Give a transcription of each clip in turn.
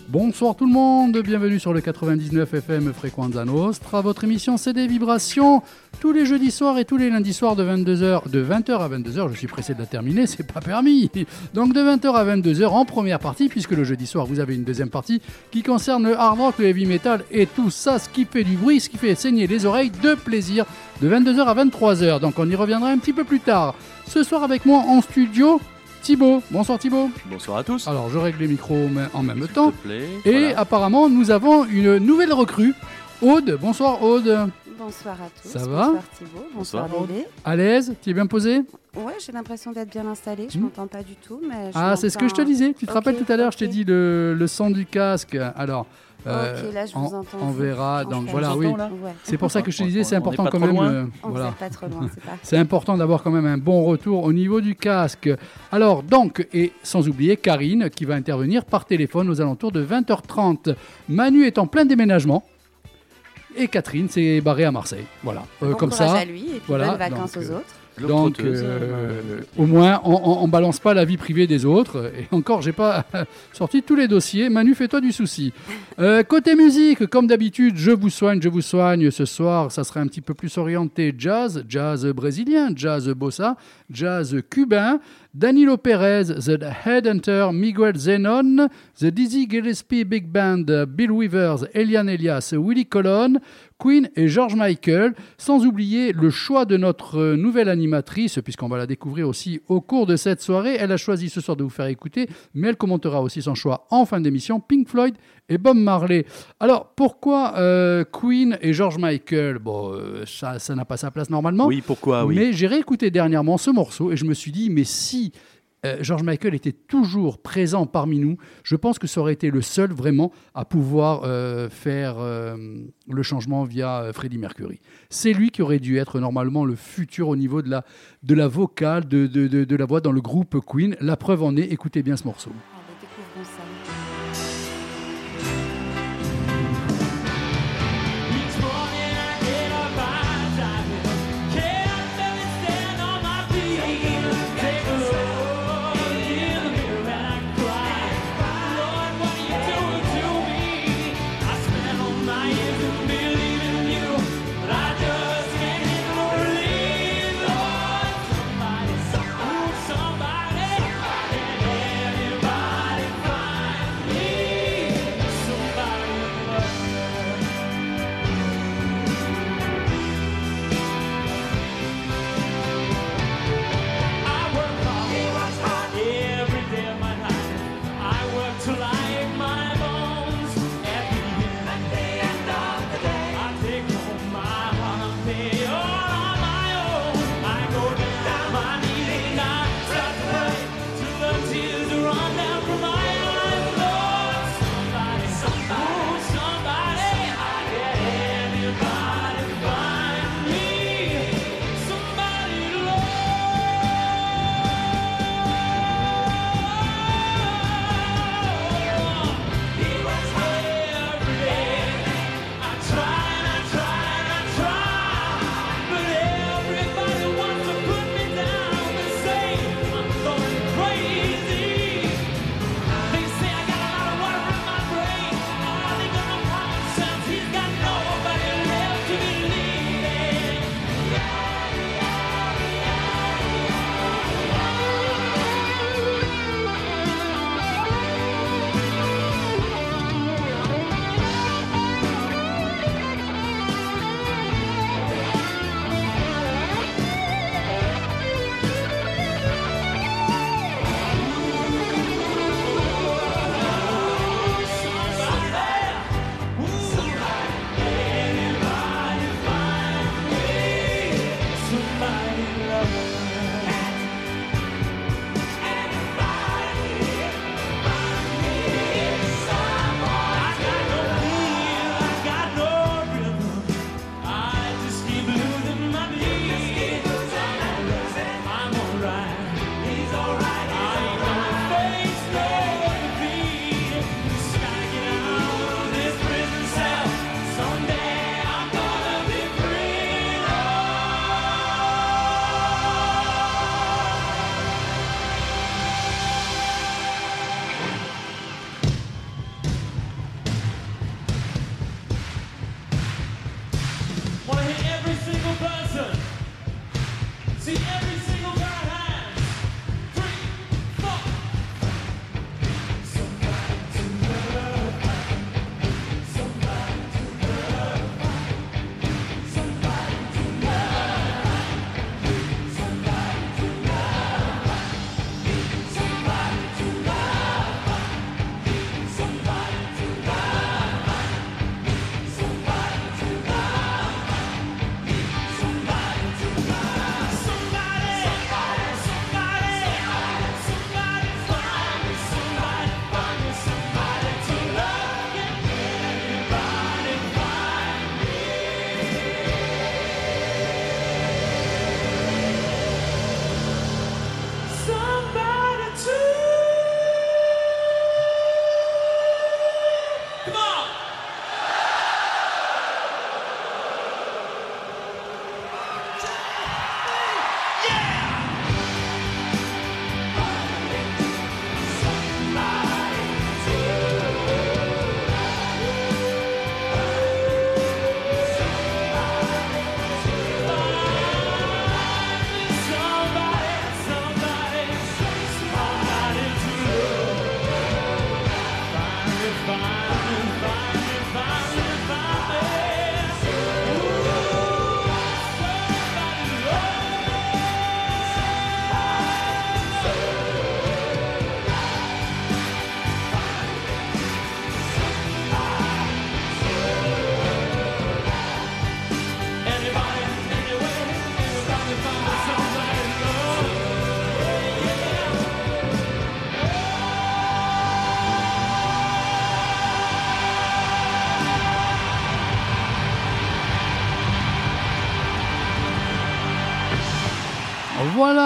Bonsoir tout le monde, bienvenue sur le 99 FM Frequenza Nostra. Votre émission c'est des vibrations tous les jeudis soirs et tous les lundis soirs de 20h à 22h. Je suis pressé de la terminer, c'est pas permis. Donc de 20h à 22h en première partie, puisque le jeudi soir vous avez une deuxième partie qui concerne le hard rock, le heavy metal et tout ça, ce qui fait du bruit, ce qui fait saigner les oreilles de plaisir, de 22h à 23h. Donc on y reviendra un petit peu plus tard. Ce soir avec moi en studio, Thibaut. Bonsoir Thibaut. Bonsoir à tous. Alors je règle les micros en même temps. S'il te plaît. Et Voilà. apparemment nous avons une nouvelle recrue, Aude. Bonsoir Aude. Bonsoir à tous. Ça va ? Bonsoir Thibaut. Bonsoir Bébé. À l'aise ? Tu es bien posé ? Ouais, j'ai l'impression d'être bien installée. Je m'entends pas du tout, mais C'est ce que je te disais. Tu te rappelles tout à l'heure, je t'ai ok. dit le son du casque. Alors, Ok, là je vous entends. on verra. Donc Ok. voilà, On oui. s'entend, là Ouais. C'est pour ça que je te disais, c'est On important est pas quand trop même. loin. Voilà. Vous êtes pas trop loin, c'est parfait. C'est important d'avoir quand même un bon retour au niveau du casque. Alors, donc, et sans oublier Karine qui va intervenir par téléphone aux alentours de 20h30. Manu est en plein déménagement. Et Catherine s'est barrée à Marseille. Voilà. Bon Comme courage ça. à lui et puis voilà, bonnes vacances donc, aux autres. Donc, Globe-trotteuse. au moins, on balance pas la vie privée des autres. Et encore, j'ai pas sorti tous les dossiers. Manu, fais-toi du souci. Côté musique, comme d'habitude, je vous soigne. Ce soir, ça sera un petit peu plus orienté jazz brésilien, jazz bossa, jazz cubain. Danilo Perez, The Headhunter, Miguel Zenon, The Dizzy Gillespie Big Band, Bill Withers, Elian Elias, Willie Colon, Queen et George Michael, sans oublier le choix de notre nouvelle animatrice, puisqu'on va la découvrir aussi au cours de cette soirée. Elle a choisi ce soir de vous faire écouter, mais elle commentera aussi son choix en fin d'émission, Pink Floyd et Bob Marley. Alors, pourquoi Queen et George Michael ? Bon, ça n'a pas sa place normalement. Oui, pourquoi oui. Mais j'ai réécouté dernièrement ce morceau et je me suis dit, mais si George Michael était toujours présent parmi nous, je pense que ça aurait été le seul vraiment à pouvoir faire le changement via Freddie Mercury. C'est lui qui aurait dû être normalement le futur au niveau de la vocale, de la voix dans le groupe Queen. La preuve en est, écoutez bien ce morceau. Allez, découvrons ça. Somebody,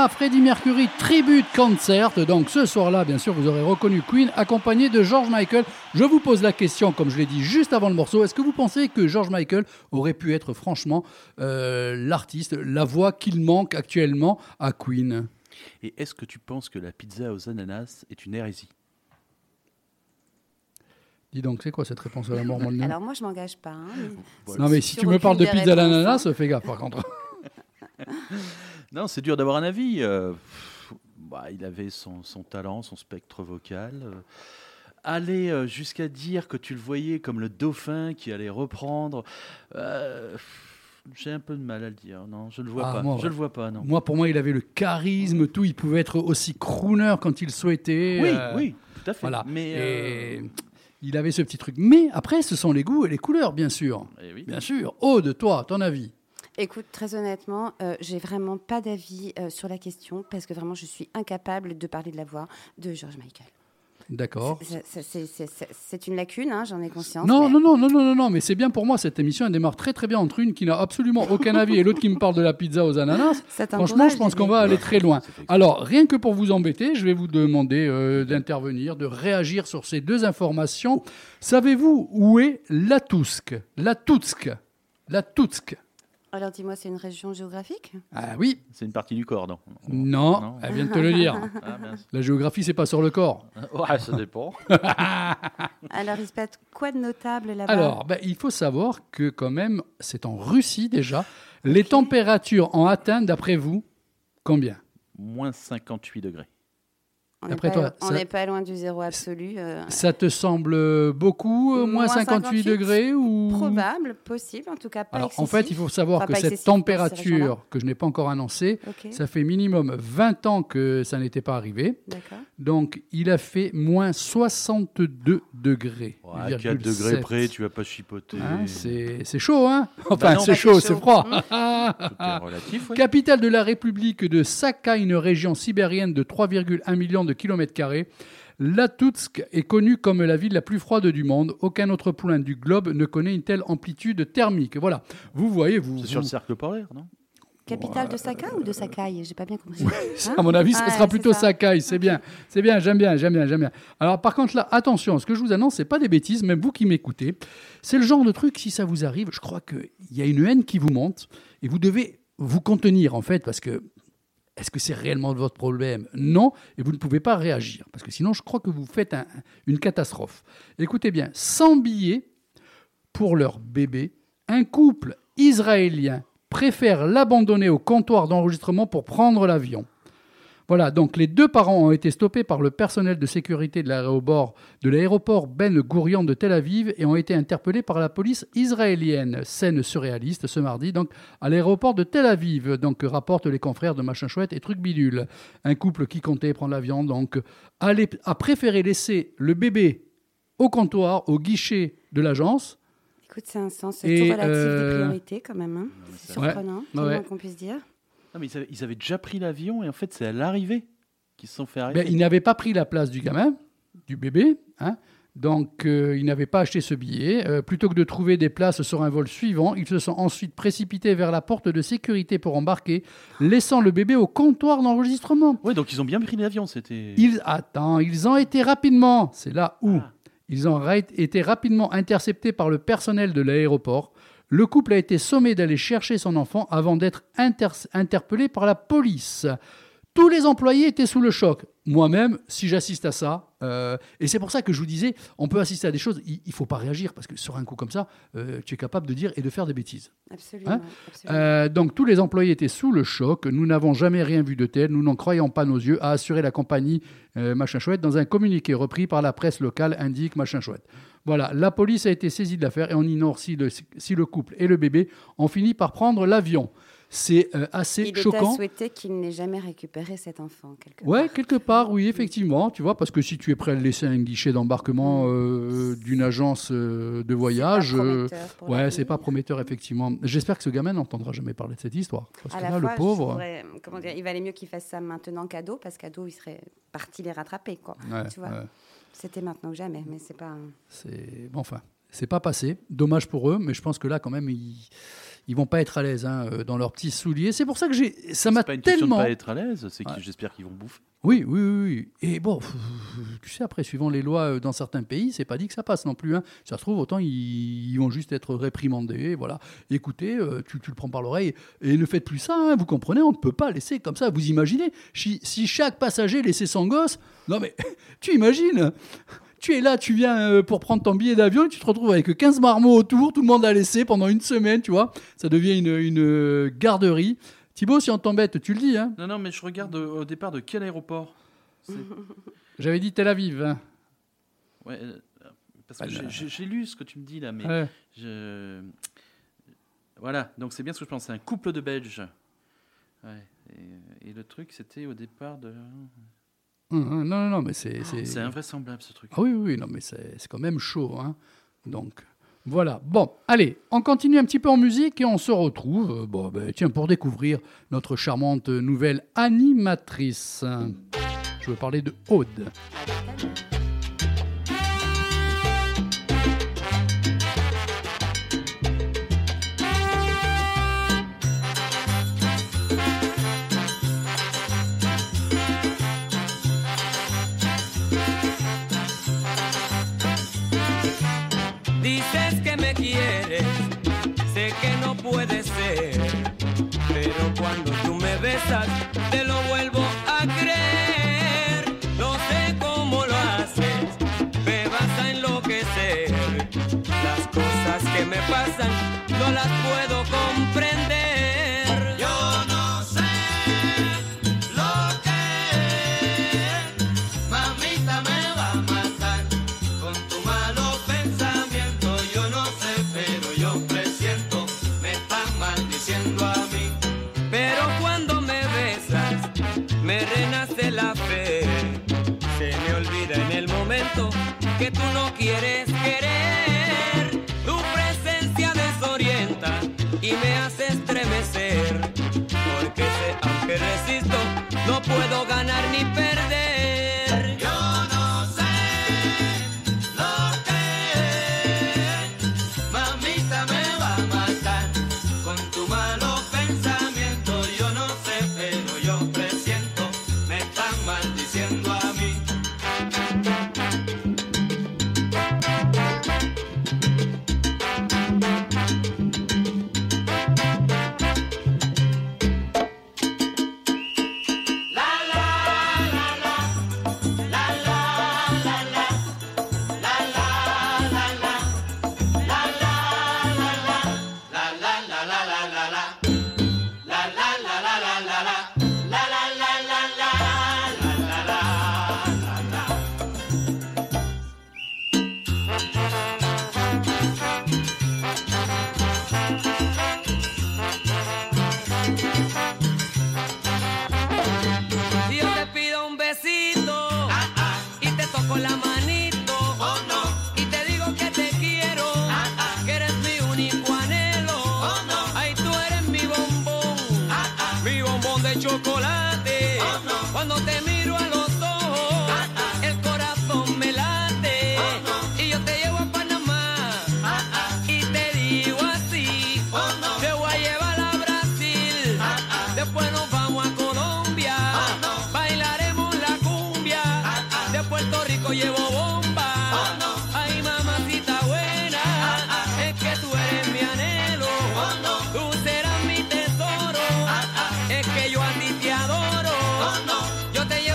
Nirvana, Freddie Mercury, Tribute Concert. Donc ce soir-là, bien sûr, vous aurez reconnu Queen accompagné de George Michael. Je vous pose la question, comme je l'ai dit juste avant le morceau, est-ce que vous pensez que George Michael aurait pu être franchement l'artiste, la voix qu'il manque actuellement à Queen ? Et est-ce que tu penses que la pizza aux ananas est une hérésie ? Dis donc, c'est quoi cette réponse à la mort? Alors moi, je m'engage pas. Non, mais si tu me parles de pizza à l'ananas, fais gaffe par contre. Non, c'est dur d'avoir un avis. Il avait son talent, son spectre vocal. Aller jusqu'à dire que tu le voyais comme le dauphin qui allait reprendre... j'ai un peu de mal à le dire. Non, je ne le vois pas. Moi, je le vois pas, non. Pour moi, il avait le charisme, tout. Il pouvait être aussi crooner quand il souhaitait. Oui, tout à fait. Voilà. Mais il avait ce petit truc. Mais après, ce sont les goûts et les couleurs, bien sûr. Oui. Bien sûr. Aude, toi, ton avis? Écoute, très honnêtement, j'ai vraiment pas d'avis sur la question parce que vraiment, je suis incapable de parler de la voix de George Michael. D'accord. C'est une lacune, hein, j'en ai conscience. Non, mais c'est bien pour moi. Cette émission, elle démarre très très bien entre une qui n'a absolument aucun avis et l'autre qui me parle de la pizza aux ananas. Franchement, je pense qu'on va aller très loin. Alors, rien que pour vous embêter, je vais vous demander d'intervenir, de réagir sur ces deux informations. Savez-vous où est la Toutsk? Alors dis-moi, c'est une région géographique? Ah oui. C'est une partie du corps, non? Non, elle vient de te le dire. La géographie, c'est pas sur le corps. Ouais, ça dépend. Alors, il se passe quoi de notable là-bas? Alors, il faut savoir que quand même, c'est en Russie déjà. Les températures ont atteint, d'après vous, combien? Moins 58 degrés. On n'est pas loin du zéro absolu. Ça te semble beaucoup, moins 58 degrés ou... Probable, possible, en tout cas pas excessif. En fait, il faut savoir que cette température, que je n'ai pas encore annoncée, ça fait minimum 20 ans que ça n'était pas arrivé. D'accord. Donc, il a fait moins 62 degrés. À 4 degrés près, tu ne vas pas chipoter. C'est chaud, hein? Enfin, c'est chaud, c'est froid. Tout est relatif, oui. Capitale de la République de Sakha, une région sibérienne de 3,1 millions de kilomètres carrés. La Toutsk est connue comme la ville la plus froide du monde. Aucun autre point du globe ne connaît une telle amplitude thermique. Voilà. Vous voyez, c'est sur le cercle polaire, non? Capitale de Sakha ou de Sakai? J'ai pas bien compris. À mon avis, ça sera plutôt Sakai. C'est bien, j'aime bien. Alors, par contre, là, attention, ce que je vous annonce, c'est pas des bêtises, même vous qui m'écoutez. C'est le genre de truc, si ça vous arrive, je crois qu'il y a une haine qui vous monte et vous devez vous contenir, en fait, parce que est-ce que c'est réellement votre problème? Non, et vous ne pouvez pas réagir, parce que sinon, je crois que vous faites une catastrophe. Écoutez bien, 100 billets pour leur bébé, un couple israélien préfère l'abandonner au comptoir d'enregistrement pour prendre l'avion. Voilà, donc les deux parents ont été stoppés par le personnel de sécurité de l'aéroport Ben Gourion de Tel Aviv et ont été interpellés par la police israélienne. Scène surréaliste ce mardi, donc à l'aéroport de Tel Aviv, donc rapportent les confrères de Machin Chouette et Truc Bidule. Un couple qui comptait prendre l'avion, donc a préféré laisser le bébé au comptoir, au guichet de l'agence. Écoute, c'est un sens tout relatif des priorités quand même. Hein. C'est surprenant, qu'on puisse dire. Non, mais ils avaient déjà pris l'avion et en fait, c'est à l'arrivée qu'ils se sont fait arrêter. Ils n'avaient pas pris la place du gamin, du bébé, hein. Donc ils n'avaient pas acheté ce billet. Plutôt que de trouver des places sur un vol suivant, ils se sont ensuite précipités vers la porte de sécurité pour embarquer, laissant le bébé au comptoir d'enregistrement. Oui, donc ils ont bien pris l'avion. Ils ont été rapidement, c'est là où... Ils ont été rapidement interceptés par le personnel de l'aéroport. Le couple a été sommé d'aller chercher son enfant avant d'être interpellé par la police. Tous les employés étaient sous le choc. Moi-même, si j'assiste à ça, et c'est pour ça que je vous disais, on peut assister à des choses, il ne faut pas réagir, parce que sur un coup comme ça, tu es capable de dire et de faire des bêtises. Absolument. Donc tous les employés étaient sous le choc. Nous n'avons jamais rien vu de tel. Nous n'en croyons pas nos yeux, a assuré la compagnie Machin Chouette dans un communiqué repris par la presse locale, indique Machin Chouette. Voilà, la police a été saisie de l'affaire et on ignore si le couple et le bébé ont fini par prendre l'avion. C'est assez choquant. Il est à souhaiter qu'il n'ait jamais récupéré cet enfant, quelque part. Ouais, quelque part, oui, effectivement. Tu vois, parce que si tu es prêt à le laisser à un guichet d'embarquement d'une agence de voyage, c'est pas prometteur, effectivement. J'espère que ce gamin n'entendra jamais parler de cette histoire. Parce que là, le pauvre... il valait mieux qu'il fasse ça maintenant qu'ado, parce qu'ado, il serait parti les rattraper, quoi. Tu vois. C'était maintenant ou jamais, mais c'est pas... Bon, enfin... C'est pas passé. Dommage pour eux, mais je pense que là, quand même, ils vont pas être à l'aise dans leurs petits souliers. C'est pour ça que ça m'a C'est pas une question tellement... de pas être à l'aise, c'est que j'espère qu'ils vont bouffer. Oui. Et bon, tu sais, après, suivant les lois dans certains pays, c'est pas dit que ça passe non plus. Ça se trouve, autant ils vont juste être réprimandés. Voilà. Écoutez, tu le prends par l'oreille et ne faites plus ça. Vous comprenez, on ne peut pas laisser comme ça. Vous imaginez, si chaque passager laissait son gosse, non mais, tu imagines, tu es là, tu viens pour prendre ton billet d'avion et tu te retrouves avec 15 marmots autour, tout le monde a laissé pendant une semaine, tu vois. Ça devient une garderie. Thibaut, si on t'embête, tu le dis. Hein. Non, mais je regarde au départ de quel aéroport. J'avais dit Tel Aviv. Hein. Ouais, parce que j'ai lu ce que tu me dis là, mais voilà. Donc c'est bien ce que je pense. C'est un couple de Belges. Ouais. Et le truc, c'était au départ de. Non, mais c'est invraisemblable ce truc. Ah oui, non, mais c'est quand même chaud. Hein. Donc. Voilà, bon, allez, on continue un petit peu en musique et on se retrouve, pour découvrir notre charmante nouvelle animatrice. Je veux parler de Aude. Dices que me quieres, sé que no puede ser, pero cuando tú me besas, te lo vuelvo a creer. No sé cómo lo haces, me vas a enloquecer. Las cosas que me pasan, no las puedo comprender. Yo no sé lo que es, mamita me va a matar con tu malo pensamiento. Yo no sé, pero yo presiento, me están maldiciendo a mí. Pero cuando me besas, me renace la fe. Se me olvida en el momento que tú no quieres querer. Tu presencia desorienta y me hace estremecer. Porque sé, aunque resisto, no puedo ganar ni perder. Yo no sé lo que es, mamita me va a matar con tu malo pensamiento. Yo no sé, pero yo presiento, me están maldiciendo a mí. Si yo te pido un besito y te toco la manito, y te digo que te quiero, que eres mi único anhelo, ay tú eres mi bombón de chocolate. Cuando te miro a los ojos, el corazón me late, y yo te llevo a Panamá y te digo así, te voy a llevar a Brasil, después nos vamos a Colombia, bailaremos la cumbia, de Puerto Rico llevo bomba, ay mamacita buena, es que tú eres mi anhelo, tú serás mi tesoro, es que yo a ti te adoro, yo te llevo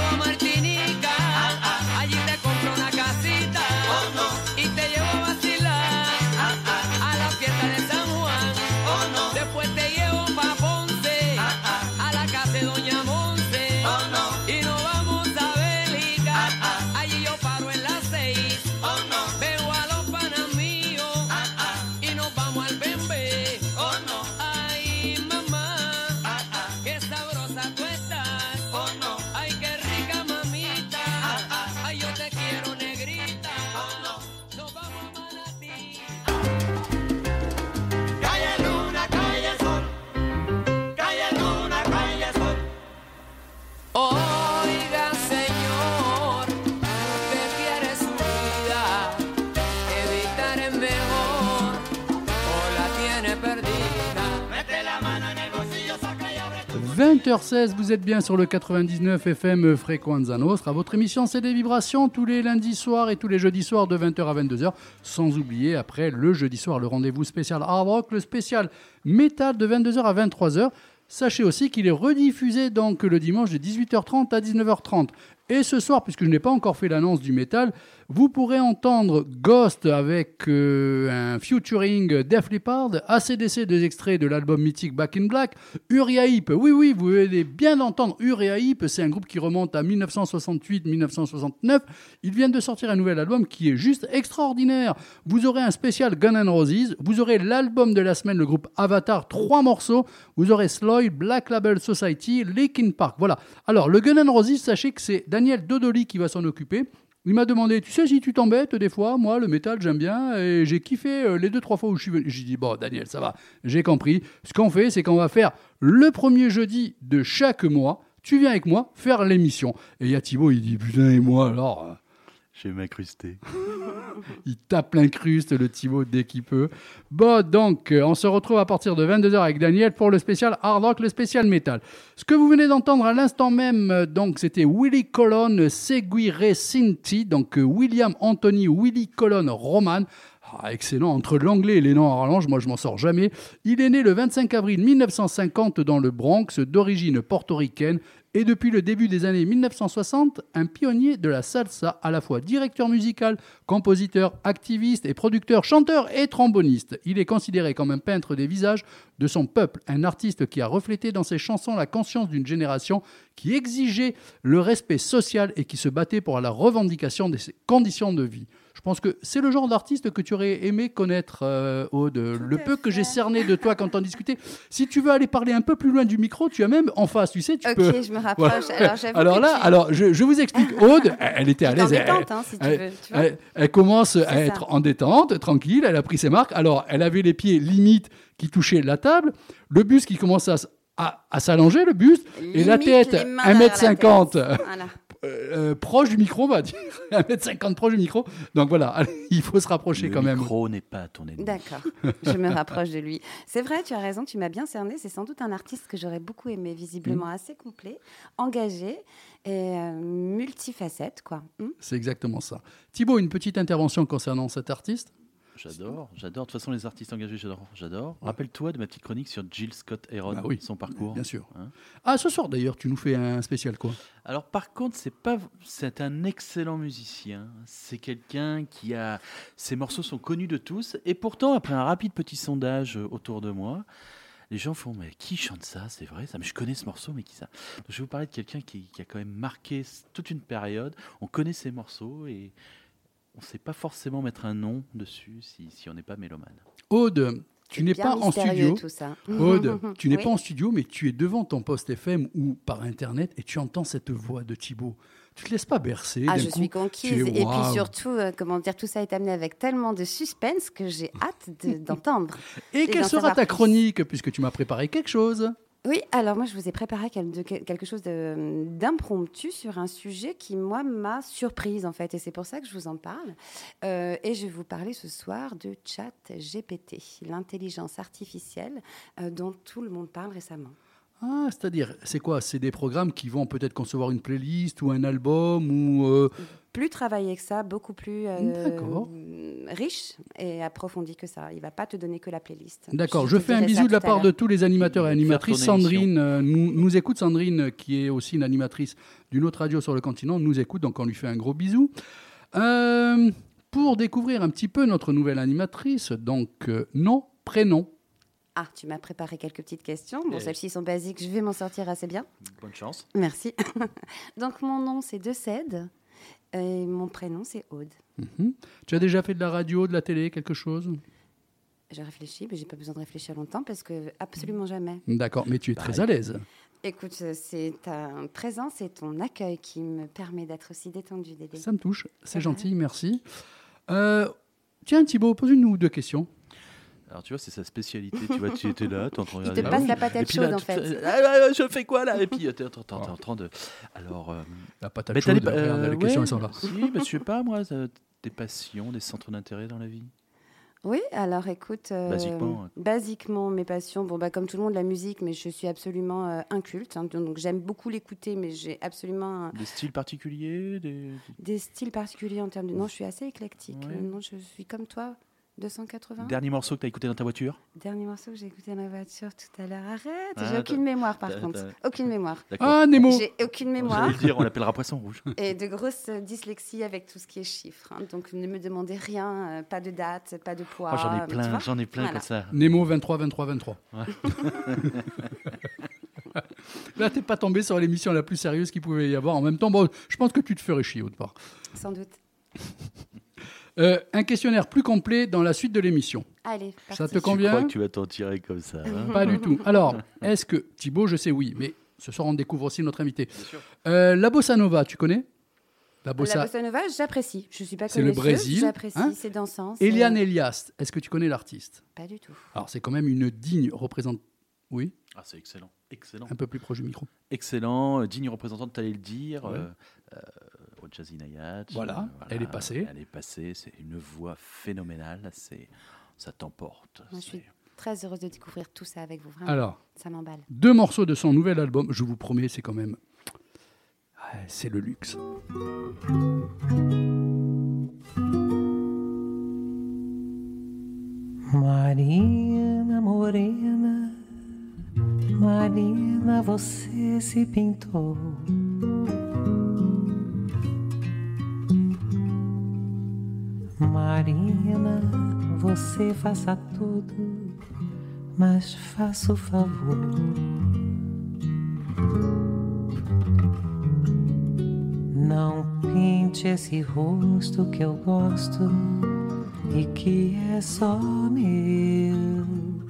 20h16, vous êtes bien sur le 99 FM Frequenza Nostra. Votre émission, c'est des vibrations tous les lundis soirs et tous les jeudis soirs de 20h à 22h. Sans oublier, après, le jeudi soir, le rendez-vous spécial hard rock, le spécial métal de 22h à 23h. Sachez aussi qu'il est rediffusé donc le dimanche de 18h30 à 19h30. Et ce soir, puisque je n'ai pas encore fait l'annonce du métal, vous pourrez entendre Ghost avec un featuring Def Leppard, AC/DC, 2 extraits de l'album mythique Back in Black, Uriah Heep. Oui, vous allez bien entendre Uriah Heep, c'est un groupe qui remonte à 1968-1969. Ils viennent de sortir un nouvel album qui est juste extraordinaire. Vous aurez un spécial Guns N' Roses, vous aurez l'album de la semaine, le groupe Avatar, 3 morceaux, vous aurez Sloyd, Black Label Society, Linkin Park. Voilà. Alors, le Guns N' Roses, sachez que c'est Daniel Dodoli qui va s'en occuper. Il m'a demandé, tu sais, si tu t'embêtes des fois, moi, le métal, j'aime bien, et j'ai kiffé les 2-3 fois où je suis venu. J'ai dit, bon, Daniel, ça va, j'ai compris. Ce qu'on fait, c'est qu'on va faire le premier jeudi de chaque mois. Tu viens avec moi faire l'émission. Et il y a Thibaut, il dit, putain, et moi, alors... Je vais m'incruster. Il tape l'incruste, le Thibaut, dès qu'il peut. Bon, donc, on se retrouve à partir de 22h avec Daniel pour le spécial hard rock, le spécial métal. Ce que vous venez d'entendre à l'instant même, donc, c'était Willie Colon, Seguire Cinti, donc William Anthony, Willie Colon Roman. Ah, excellent, entre l'anglais et les noms en rallonge, moi je m'en sors jamais. Il est né le 25 avril 1950 dans le Bronx, d'origine portoricaine, et depuis le début des années 1960, un pionnier de la salsa, à la fois directeur musical, compositeur, activiste et producteur, chanteur et tromboniste. Il est considéré comme un peintre des visages de son peuple, un artiste qui a reflété dans ses chansons la conscience d'une génération qui exigeait le respect social et qui se battait pour la revendication de ses conditions de vie. Je pense que c'est le genre d'artiste que tu aurais aimé connaître, Aude. Le peu que j'ai cerné de toi quand on discutait. Si tu veux aller parler un peu plus loin du micro, tu as même en face, tu sais, tu peux... Ok, je me rapproche. Voilà. Alors, Alors, je vous explique. Aude, elle était à l'aise. Détente, si tu veux. Tu vois. Elle commence à être en détente, tranquille. Elle a pris ses marques. Alors, elle avait les pieds limite qui touchaient la table. Le buste qui commence à s'allonger, le buste. Et la tête, 1m50. Voilà. Proche du micro, on va dire. 1m50 proche du micro. Donc voilà, il faut se rapprocher quand même. Le micro n'est pas à ton ennemi. D'accord, je me rapproche de lui. C'est vrai, tu as raison, tu m'as bien cerné. C'est sans doute un artiste que j'aurais beaucoup aimé, visiblement assez complet, engagé et multifacette, quoi. C'est exactement ça. Thibaut, une petite intervention concernant cet artiste ? J'adore. De toute façon, les artistes engagés, j'adore. Rappelle-toi de ma petite chronique sur Jill Scott Heron, son parcours. Bien sûr. Hein, ce soir, d'ailleurs, tu nous fais un spécial quoi ? Alors, par contre, c'est un excellent musicien. C'est quelqu'un qui a... Ses morceaux sont connus de tous. Et pourtant, après un rapide petit sondage autour de moi, les gens font, mais qui chante ça ? C'est vrai ça ? Mais je connais ce morceau, mais qui ça ? Donc, je vais vous parler de quelqu'un qui a quand même marqué toute une période. On connaît ses morceaux et... on ne sait pas forcément mettre un nom dessus si on n'est pas mélomane. Aude, tu n'es pas en studio. Tout ça. Aude, tu n'es pas en studio, mais tu es devant ton poste FM ou par Internet et tu entends cette voix de Thibaut. Tu te laisses pas bercer. Je suis conquise. Et puis surtout, tout ça est amené avec tellement de suspense que j'ai hâte d'entendre. Et quelle sera ta chronique, puisque tu m'as préparé quelque chose ? Oui, alors moi je vous ai préparé quelque chose d'impromptu sur un sujet qui, moi, m'a surprise en fait, et c'est pour ça que je vous en parle. Et je vais vous parler ce soir de ChatGPT, l'intelligence artificielle dont tout le monde parle récemment. Ah, c'est-à-dire, c'est quoi ? C'est des programmes qui vont peut-être concevoir une playlist ou un album ou... Plus travaillé que ça, beaucoup plus riche et approfondi que ça. Il ne va pas te donner que la playlist. D'accord, je fais un bisou de la part de tous les animateurs et animatrices. Sandrine nous écoute, Sandrine, qui est aussi une animatrice d'une autre radio sur le continent, nous écoute, donc on lui fait un gros bisou. Pour découvrir un petit peu notre nouvelle animatrice, donc nom, prénom. Ah, tu m'as préparé quelques petites questions. Bon, celles-ci sont basiques, je vais m'en sortir assez bien. Bonne chance. Merci. Donc, mon nom, c'est Decède et mon prénom, c'est Aude. Tu as déjà fait de la radio, de la télé, quelque chose ? Je réfléchis, mais je n'ai pas besoin de réfléchir longtemps parce que absolument jamais. D'accord, mais tu es très à l'aise. Écoute, c'est ta présence et ton accueil qui me permet d'être aussi détendue, Dédé. Ça me touche, c'est gentil, merci. Tiens, Thibaut, pose-nous 2 questions. Alors, tu vois, c'est sa spécialité. Tu vois, tu étais là, tu entends regarder. Il te passe la patate chaude, en fait. Je fais quoi, là ? Et puis, t'es en train de... Alors... la patate chaude, regarde, les questions, elles sont là. Si, je sais pas, moi, des passions, des centres d'intérêt dans la vie. Oui, alors écoute, basiquement, mes passions, comme tout le monde, la musique, mais je suis absolument inculte, hein, donc j'aime beaucoup l'écouter, mais j'ai absolument Des styles particuliers, des styles particuliers en termes de... Non, je suis assez éclectique. Ouais. Non, je suis comme toi, 280. Dernier morceau que tu as écouté dans ta voiture? Dernier morceau que j'ai écouté dans la voiture tout à l'heure. Arrête, Ah, j'ai aucune mémoire par contre. Aucune mémoire. D'accord. Ah, Nemo. J'ai aucune mémoire. J'allais dire, on l'appellera poisson rouge. Et de grosses dyslexies avec tout ce qui est chiffres. Hein. Donc ne me demandez rien, pas de date, pas de poids. Oh, j'en ai tu plein vois. Voilà. comme ça. Nemo 23, 23, 23. Ouais. Là, t'es pas tombé sur l'émission la plus sérieuse qu'il pouvait y avoir. En même temps, bon, je pense que tu te ferais chier autre part. Sans doute. Un questionnaire plus complet dans la suite de l'émission. Allez, Ça parti. te convient? Tu crois que tu vas t'en tirer comme ça, hein? Pas du tout. Alors, est-ce que... Thibaut, je sais oui, mais ce soir, on découvre aussi notre invité. Bien sûr. La bossa nova, tu connais? La bossa nova, j'apprécie. Je suis pas C'est le connaisseuse, Brésil, j'apprécie, hein. c'est dansant. Eliane Elias, est-ce que tu connais l'artiste? Pas du tout. Alors, c'est quand même une digne représentante... Oui, Ah, c'est excellent. Excellent. un peu plus proche du micro. Excellent. Digne représentante, tu allais le dire. Ouais. Au Jazzy Nayach. Voilà, elle est passée. Elle est passée. C'est une voix phénoménale. Ça t'emporte. Moi, je suis très heureuse de découvrir tout ça avec vous. Vraiment, Alors, ça m'emballe. 2 morceaux de son nouvel album, je vous promets, c'est quand même... Ouais, c'est le luxe. Marina morena, Marina, você se pintou. Marina, você faça tudo, mas faça o favor. Não pinte esse rosto que eu gosto e que é só meu.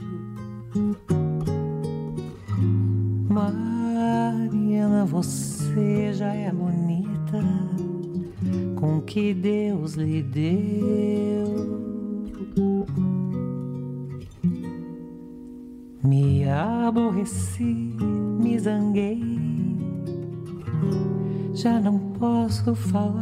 Marina, você já é bonita com o que Deus lhe deu. Me aborreci, me zanguei, já não posso falar.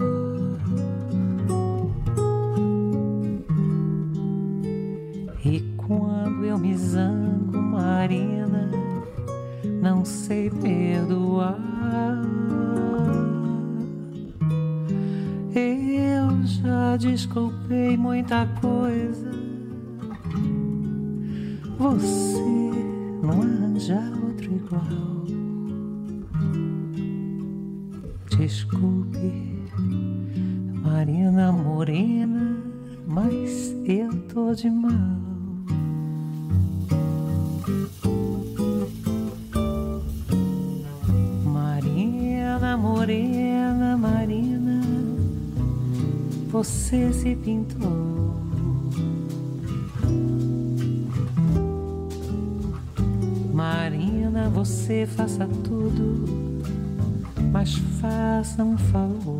E quando eu me zango, Marina, não sei perdoar. Eu já desculpei muita coisa, você não arranja outro igual. Desculpe, Marina morena, mas eu tô de mal. Marina morena, Marina, você se pintou. Marina, você faça tudo, mas faça um favor.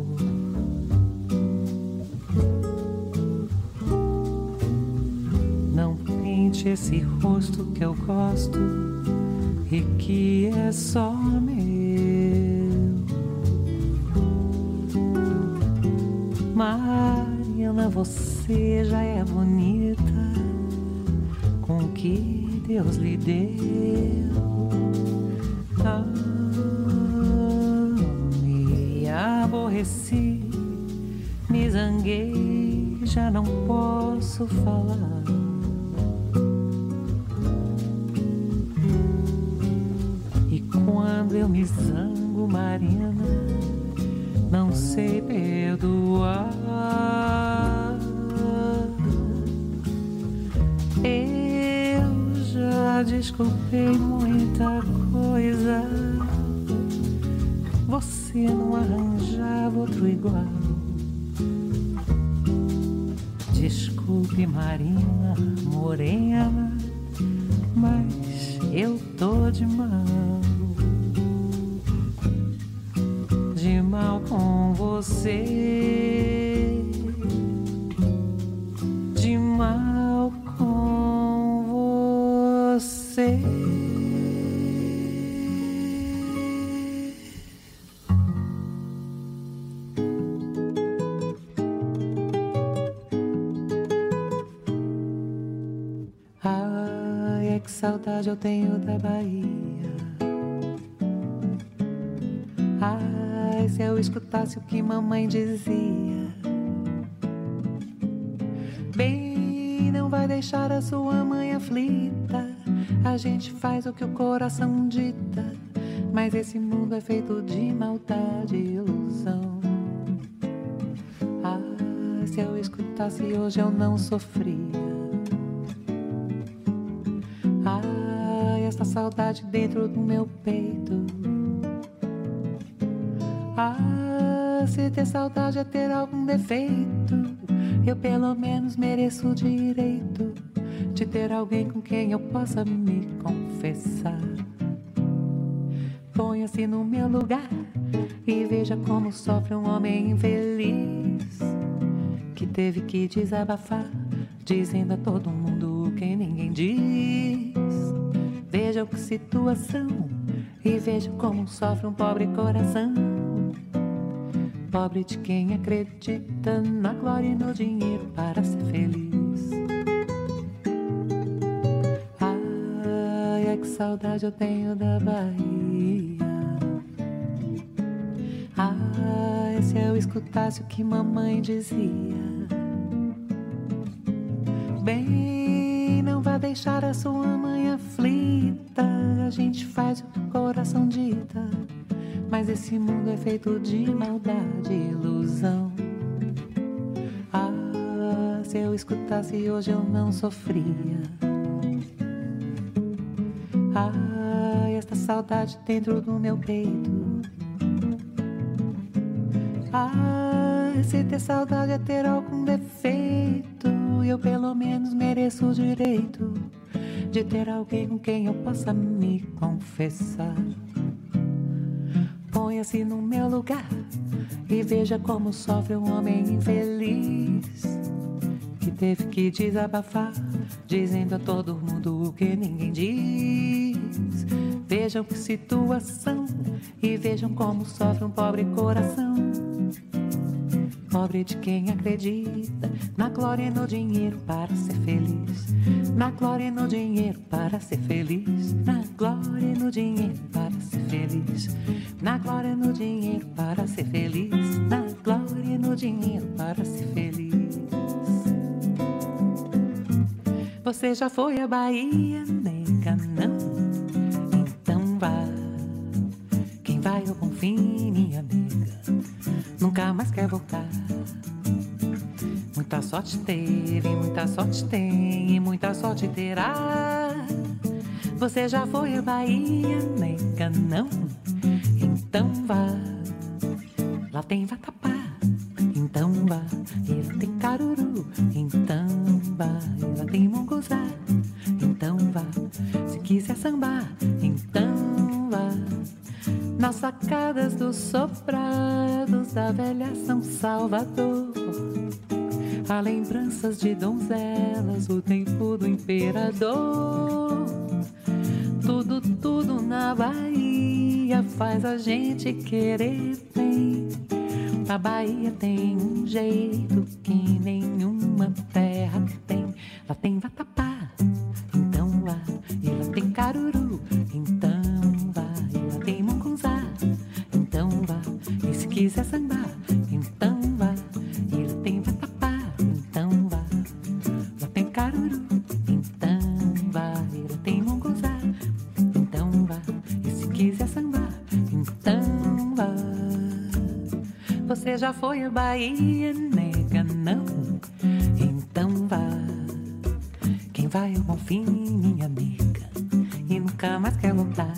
Não pinte esse rosto que eu gosto e que é só meu. Marina, você já é bonita com o que Deus lhe deu. Ah, me aborreci, me zanguei, já não posso falar. E quando eu me zango, Marina, não sei perdoar. Eu já desculpei muita coisa, você não arranjava outro igual. Desculpe, Marina morena, mas eu tô de mal. De mal com você, de mal com você. saudade eu tenho da Bahia. Ai, se eu escutasse o que mamãe dizia. Bem, não vai deixar a sua mãe aflita. A gente faz o que o coração dita. Mas esse mundo é feito de maldade e ilusão. Ah, se eu escutasse hoje eu não sofria. Ah, essa saudade dentro do meu peito. Ah, se ter saudade é ter algum defeito, eu pelo menos mereço o direito de ter alguém com quem eu possa me confessar. Ponha-se no meu lugar e veja como sofre um homem infeliz que teve que desabafar, dizendo a todo mundo o que ninguém diz. Veja que situação e veja como sofre um pobre coração, pobre de quem acredita na glória e no dinheiro para ser feliz. Ai, que saudade eu tenho da Bahia. Ai, se eu escutasse o que mamãe dizia. Bem, não vá deixar a sua mãe aflita. A gente faz o que o coração dita. Mas esse mundo é feito de maldade e ilusão. Ah, se eu escutasse hoje eu não sofria. Ah, esta saudade dentro do meu peito. Ah, se ter saudade é ter algum defeito, eu pelo menos mereço o direito de ter alguém com quem eu possa me confessar. Ponha-se no meu lugar e veja como sofre um homem infeliz que teve que desabafar, dizendo a todo mundo o que ninguém diz. Vejam que situação e vejam como sofre um pobre coração, pobre de quem acredita na glória e no dinheiro para ser feliz. Na glória e no dinheiro para ser feliz. Na glória e no dinheiro para ser feliz. Na glória e no dinheiro para ser feliz. Na glória e no dinheiro para ser feliz. Você já foi à Bahia, nega, não? Então vá. Quem vai ao Bonfim, minha amiga, nunca mais quer voltar. Muita sorte teve, muita sorte tem e muita sorte terá. Você já foi à Bahia, nega, não? Então vá. Lá tem vatapá, então vá. E lá tem caruru, então vá. E lá tem mongozá, então vá. Se quiser sambar, então vá. Nas sacadas dos soprados da velha São Salvador, há lembranças de donzelas, o tempo do imperador. Tudo, tudo na Bahia faz a gente querer bem. A Bahia tem um jeito que nenhuma terra tem. Lá tem vatapá, então lá. E lá tem caruru, então vá. E lá tem mungunzá, então vá. E se quiser sambar, então vá. E lá tem vatapá, então vá. Lá tem caruru, então vá. E lá tem mungunzá, então vá. E se quiser sambar, então vá. Você já foi à Bahia, nega, não? Então vá. Quem vai ao Bonfim, minha amiga, e nunca mais quer voltar.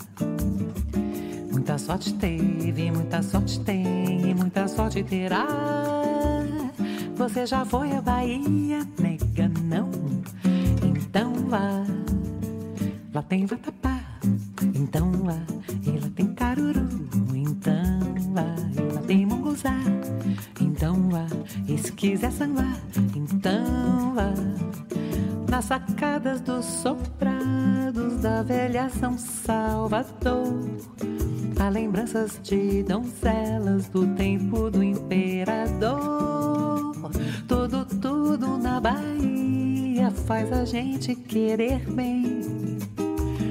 Muita sorte teve, muita sorte tem e muita sorte terá. Você já foi à Bahia, nega, não? Então vá. Lá tem vatapá, então vá. E lá tem caruru, então vá. E lá tem mongozá, então vá. E se quiser sambar, então vá. Nas sacadas dos soprados da velha São Salvador, há lembranças de donzelas do tempo do imperador. Tudo, tudo na Bahia faz a gente querer bem.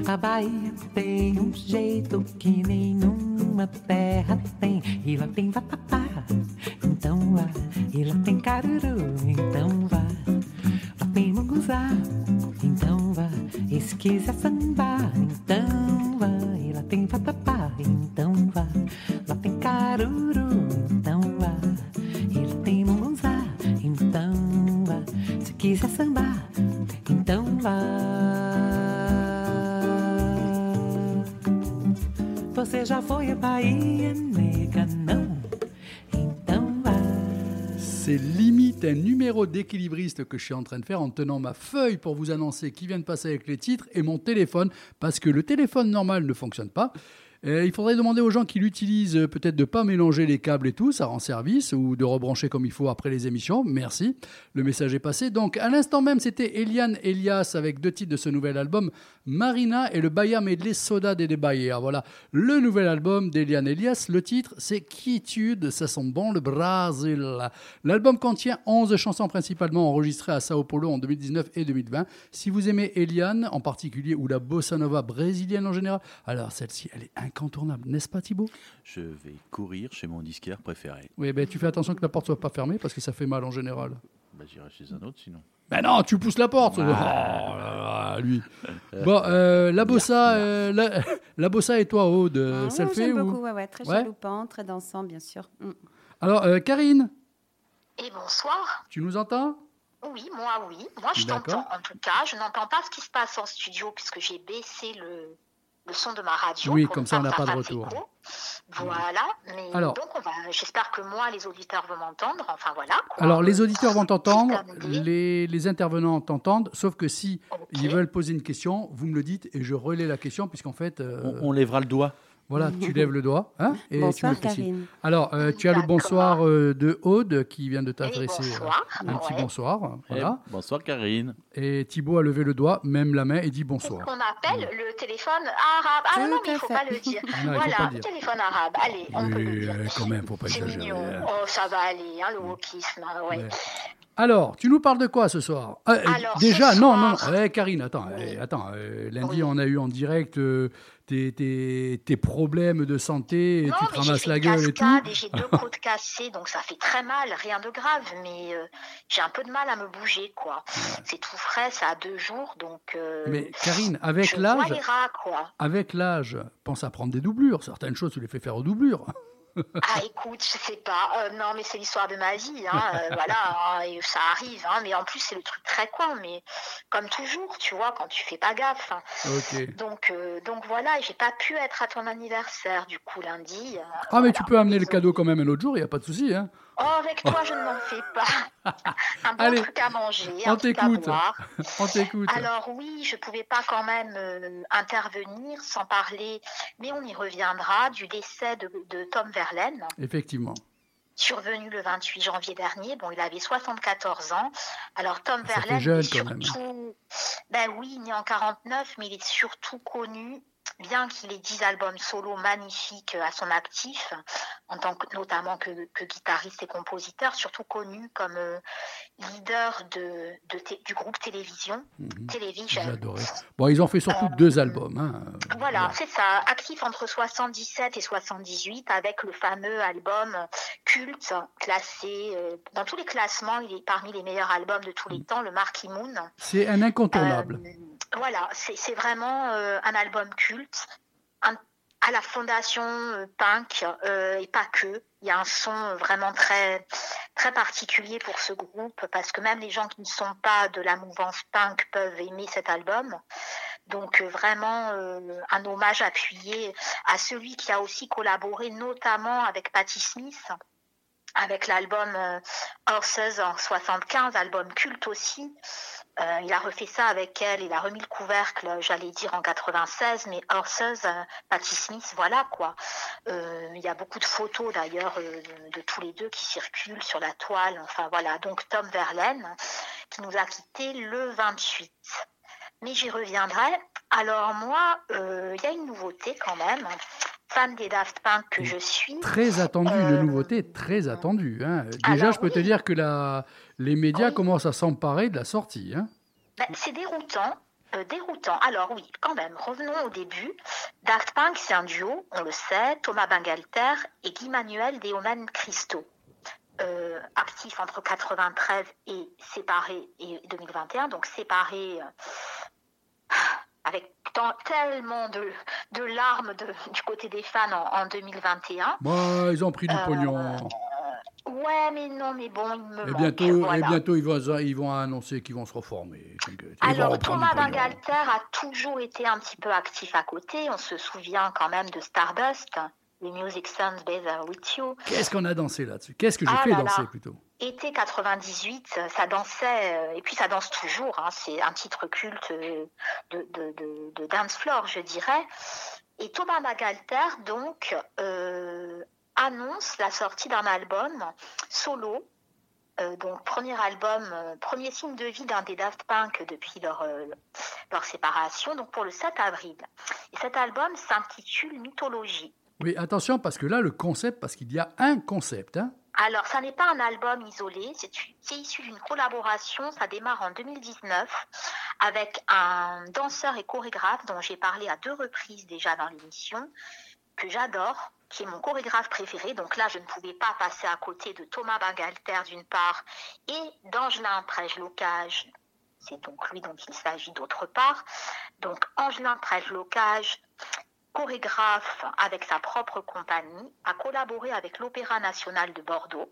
A Bahia tem jeito que nenhuma terra tem. E lá tem vatapá, então vá. E lá tem caruru, então vá. Lá tem munguzá, então vá. E se quiser sambar, então vá. E lá tem vatapá, então vá. Lá tem caruru, então vá. E lá tem munguzá, então vá. Se quiser sambar, então vá. Você já foi à Bahia, nega, não? Então vá. C'est limite un numéro d'équilibriste que je suis en train de faire en tenant ma feuille pour vous annoncer qui vient de passer avec les titres et mon téléphone, parce que le téléphone normal ne fonctionne pas. Il faudrait demander aux gens qui l'utilisent peut-être de ne pas mélanger les câbles et tout, ça rend service, ou de rebrancher comme il faut après les émissions. Merci, le message est passé. Donc à l'instant même, c'était Eliane Elias avec 2 titres de ce nouvel album, Marina et le Bahia Medley Soda de Bahia. Voilà, le nouvel album d'Eliane Elias. Le titre, c'est Quiétude, ça sent bon le Brésil. L'album contient 11 chansons principalement enregistrées à Sao Paulo en 2019 et 2020. Si vous aimez Eliane en particulier, ou la bossa nova brésilienne en général, alors celle-ci, elle est incontournable, n'est-ce pas Thibaut? Je vais courir chez mon disquaire préféré. Oui, ben tu fais attention que la porte soit pas fermée parce que ça fait mal en général. J'irai chez un autre sinon. Ben non, tu pousses la porte. Oh là là, lui. Bon, la bossa, la bossa et toi, Aude, ça le fait j'aime ou... beaucoup, ouais, très chaloupant, très dansant, bien sûr. Alors, Karine. Et bonsoir. Tu nous entends? Oui. Moi, je t'entends. En tout cas, je n'entends pas ce qui se passe en studio puisque j'ai baissé le son de ma radio. Oui, comme ça, on n'a pas de retour. Voilà. Mais alors, donc, j'espère que moi, les auditeurs vont m'entendre. Enfin, voilà. Quoi. Alors, les auditeurs vont t'entendre, les intervenants t'entendent, sauf que si ils veulent poser une question, vous me le dites et je relais la question, puisqu'en fait... On lèvera le doigt. Voilà, tu lèves le doigt. Hein, et bonsoir, tu me Karine. Alors, tu as le bonsoir de Aude qui vient de t'adresser un petit ouais. bonsoir. Voilà. Bonsoir, Karine. Et Thibaut a levé le doigt, même la main, et dit bonsoir. C'est ce qu'on appelle le téléphone arabe. Ah non, mais il ne faut pas le dire. Non, voilà, le téléphone arabe. Allez, on peut le dire. Quand même, il ne faut pas C'est exagérer. mignon. Hein. Oh, ça va aller, hein, le wokisme. Ouais. Ouais. Alors, tu nous parles de quoi ce soir? Alors, déjà, ce non. soir... Karine, attends. Lundi, on a eu en direct tes problèmes de santé, et tu te ramasses la gueule et tout. Et j'ai 2 côtes cassées, donc ça fait très mal, rien de grave, mais j'ai un peu de mal à me bouger, quoi. C'est tout frais, ça a 2 jours, donc... mais Karine, avec l'âge, pense à prendre des doublures. Certaines choses, tu les fais faire aux doublures. Ah, écoute, je sais pas. Non, mais c'est l'histoire de ma vie. Hein. Voilà, et ça arrive. Hein. Mais en plus, c'est le truc très con. Mais comme toujours, tu vois, quand tu fais pas gaffe. Hein. Okay. Donc voilà, j'ai pas pu être à ton anniversaire, du coup, lundi. Mais voilà. Tu peux amener le cadeau quand même un autre jour, il n'y a pas de souci. Hein. Oh, avec toi, je ne m'en fais pas. Un bon Allez, truc à manger, un truc à boire. On t'écoute. Alors oui, je ne pouvais pas quand même intervenir sans parler, mais on y reviendra, du décès de Tom Verlaine. Effectivement. Survenu le 28 janvier dernier. Bon, il avait 74 ans. Alors Tom Verlaine, jeune, est surtout... Ben oui, né en 49, mais il est surtout connu... Bien qu'il ait 10 albums solo magnifiques à son actif, en tant que notamment que guitariste et compositeur, surtout connu comme leader du groupe Télévision. Télévision. J'adorais. Bon, ils ont fait surtout 2 albums. Hein. Voilà, c'est ça. Actif entre 77 et 78, avec le fameux album culte, classé dans tous les classements, il est parmi les meilleurs albums de tous les temps, le Marquee Moon. C'est un incontournable. Voilà, c'est vraiment un album culte, à la fondation punk et pas que. Il y a un son vraiment très, très particulier pour ce groupe parce que même les gens qui ne sont pas de la mouvance punk peuvent aimer cet album. Donc vraiment un hommage appuyé à celui qui a aussi collaboré notamment avec Patti Smith, avec l'album Horses en 75, album culte aussi. Il a refait ça avec elle, il a remis le couvercle, j'allais dire en 96, mais Horses, Patti Smith, voilà quoi. Il y a beaucoup de photos d'ailleurs de tous les deux qui circulent sur la toile, enfin voilà. Donc Tom Verlaine qui nous a quittés le 28. Mais j'y reviendrai. Alors moi, il y a une nouveauté quand même. Fan des Daft Punk que je suis. Très attendue, une nouveauté très attendue. Hein. Déjà, alors, je peux te dire que les médias commencent à s'emparer de la sortie. Hein. Ben, c'est déroutant Déroutant. Alors oui, quand même, revenons au début. Daft Punk, c'est un duo, on le sait, Thomas Bangalter et Guy Manuel Deomen Christo. Actif entre 93 et 2021, donc séparés avec tellement de larmes du côté des fans en 2021. Bah, ils ont pris du pognon. Ouais, mais non, mais bon, il me Et manque. bientôt, ils vont annoncer qu'ils vont se reformer. Alors, Thomas Bangalter a toujours été un petit peu actif à côté. On se souvient quand même de Stardust, les Music Sounds Better With You. Qu'est-ce qu'on a dansé là-dessus? Qu'est-ce que j'ai fait danser plutôt? Été 98, ça dansait, et puis ça danse toujours. Hein, c'est un titre culte de dance floor, je dirais. Et Thomas Bangalter, donc, annonce la sortie d'un album solo. Donc premier signe de vie d'un des Daft Punk depuis leur séparation, donc pour le 7 avril. Et cet album s'intitule Mythologie. Oui, attention, parce que là, le concept, parce qu'il y a un concept. Hein. Alors, ça n'est pas un album isolé, c'est issu d'une collaboration, ça démarre en 2019, avec un danseur et chorégraphe dont j'ai parlé à 2 reprises déjà dans l'émission, que j'adore, qui est mon chorégraphe préféré. Donc là, je ne pouvais pas passer à côté de Thomas Bangalter d'une part et d'Angelin Prège-Locage. C'est donc lui dont il s'agit d'autre part. Donc Angelin Prège-Locage, chorégraphe avec sa propre compagnie, a collaboré avec l'Opéra national de Bordeaux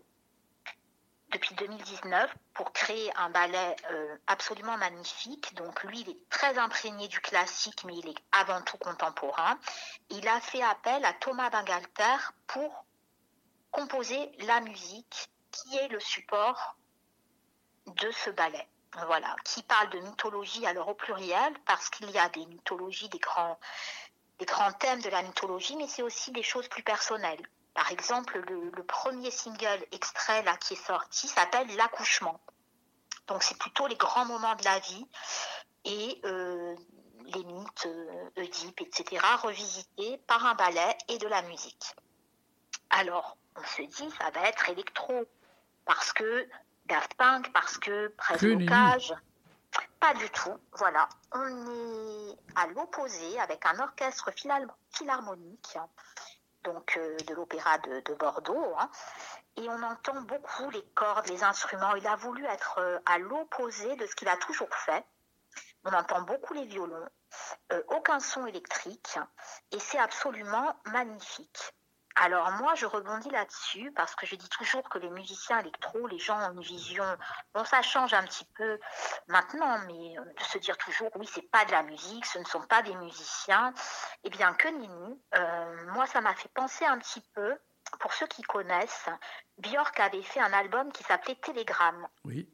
depuis 2019 pour créer un ballet absolument magnifique. Donc lui, il est très imprégné du classique, mais il est avant tout contemporain. Il a fait appel à Thomas Bangalter pour composer la musique qui est le support de ce ballet. Voilà, qui parle de mythologie alors au pluriel, parce qu'il y a des mythologies, des grands thèmes de la mythologie, mais c'est aussi des choses plus personnelles. Par exemple, le premier single extrait là qui est sorti s'appelle L'accouchement. Donc c'est plutôt les grands moments de la vie et les mythes, Oedipe, etc., revisités par un ballet et de la musique. Alors, on se dit, ça va être électro, parce que Daft Punk, parce que Prège-Locage. Pas du tout, voilà. On est à l'opposé avec un orchestre philharmonique, donc de l'opéra de Bordeaux, hein, et on entend beaucoup les cordes, les instruments. Il a voulu être à l'opposé de ce qu'il a toujours fait. On entend beaucoup les violons, aucun son électrique, et c'est absolument magnifique. Alors moi, je rebondis là-dessus parce que je dis toujours que les musiciens électro, les gens ont une vision, bon, ça change un petit peu maintenant, mais de se dire toujours, oui, c'est pas de la musique, ce ne sont pas des musiciens. Eh bien, que nenni, moi, ça m'a fait penser un petit peu, pour ceux qui connaissent, Björk avait fait un album qui s'appelait Télégramme. Oui.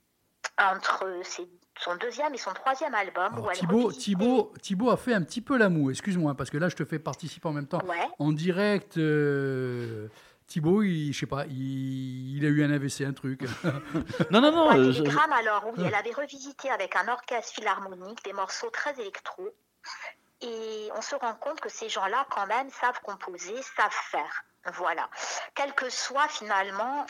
Entre son 2e et son 3e album. Alors, Thibaut a fait un petit peu la moue, excuse-moi, parce que là je te fais participer en même temps. Ouais. En direct, Thibaut, je sais pas, il a eu un AVC, un truc. Non. Ouais, Télégramme, alors oui, elle avait revisité avec un orchestre philharmonique des morceaux très électro. Et on se rend compte que ces gens-là, quand même, savent composer, savent faire. Voilà. Quel que soit finalement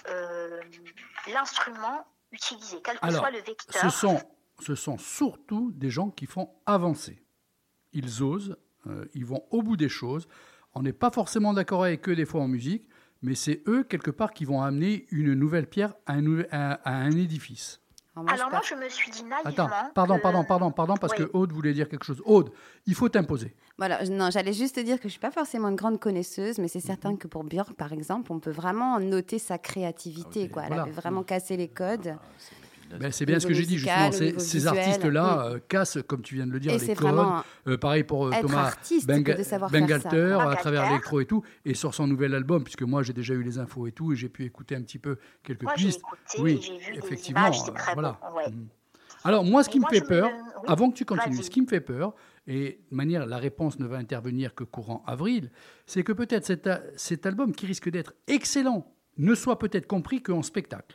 l'instrument utilisé, quel que soit le vecteur. Ce sont surtout des gens qui font avancer. Ils osent, ils vont au bout des choses. On n'est pas forcément d'accord avec eux des fois en musique, mais c'est eux, quelque part, qui vont amener une nouvelle pierre à un édifice. Alors moi, je me suis dit naïvement... Attends, pardon, parce que Aude voulait dire quelque chose. Aude, il faut t'imposer. Voilà, non, j'allais juste te dire que je ne suis pas forcément une grande connaisseuse, mais c'est certain que pour Björk, par exemple, on peut vraiment noter sa créativité. Quoi. Elle avait vraiment cassé les codes. C'est bien ce que j'ai dit, justement. Ces artistes-là cassent, comme tu viens de le dire, les codes. Pareil pour Thomas Bangalter, à travers l'électro et tout. Et sur son nouvel album, puisque moi, j'ai déjà eu les infos et tout, et j'ai pu écouter un petit peu quelques pistes. J'ai vu effectivement, des images, c'est très voilà. bon. Ouais. Alors, moi, ce qui me fait peur, avant que tu continues, ce qui me fait peur, et de manière, la réponse ne va intervenir que courant avril, c'est que peut-être cet album, qui risque d'être excellent, ne soit peut-être compris qu'en spectacle.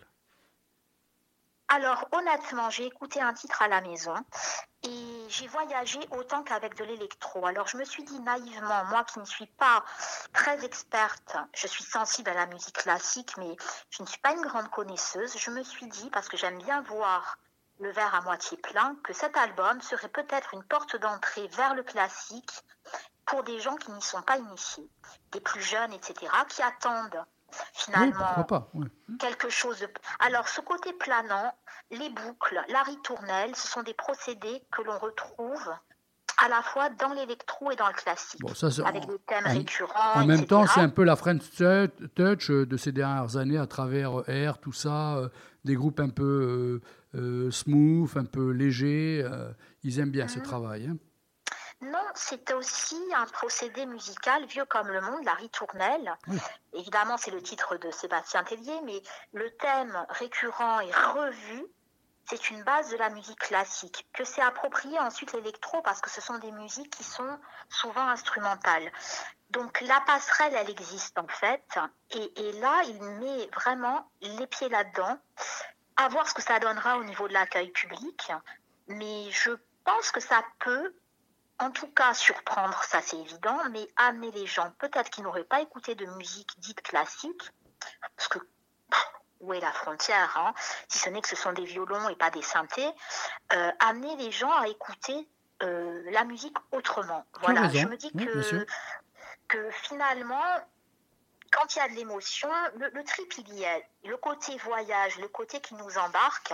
Alors, honnêtement, j'ai écouté un titre à la maison et j'ai voyagé autant qu'avec de l'électro. Alors, je me suis dit naïvement, moi qui ne suis pas très experte, je suis sensible à la musique classique, mais je ne suis pas une grande connaisseuse. Je me suis dit, parce que j'aime bien voir le verre à moitié plein, que cet album serait peut-être une porte d'entrée vers le classique pour des gens qui n'y sont pas initiés, des plus jeunes, etc., qui attendent Oui, finalement pourquoi pas. Ouais. quelque chose de... Alors, ce côté planant, les boucles, la ritournelle, ce sont des procédés que l'on retrouve à la fois dans l'électro et dans le classique, Bon, ça, avec des thèmes en récurrents, même etc. temps, c'est un peu la French Touch de ces dernières années à travers Air, tout ça, des groupes un peu smooth, un peu légers. Ils aiment bien ce travail. Hein. Non, c'est aussi un procédé musical vieux comme le monde, la ritournelle. Oui. Évidemment, c'est le titre de Sébastien Tellier, mais le thème récurrent et revu, c'est une base de la musique classique, que c'est approprié ensuite l'électro parce que ce sont des musiques qui sont souvent instrumentales. Donc la passerelle, elle existe en fait, et là, il met vraiment les pieds là-dedans, à voir ce que ça donnera au niveau de l'accueil public, mais je pense que ça peut, en tout cas, surprendre, ça c'est évident, mais amener les gens, peut-être qui n'auraient pas écouté de musique dite classique, parce que où est la frontière, hein, si ce n'est que ce sont des violons et pas des synthés, amener les gens à écouter la musique autrement. Voilà, raison. je me dis Oui, bien sûr. que finalement, quand il y a de l'émotion, le trip il y est. Le côté voyage, le côté qui nous embarque.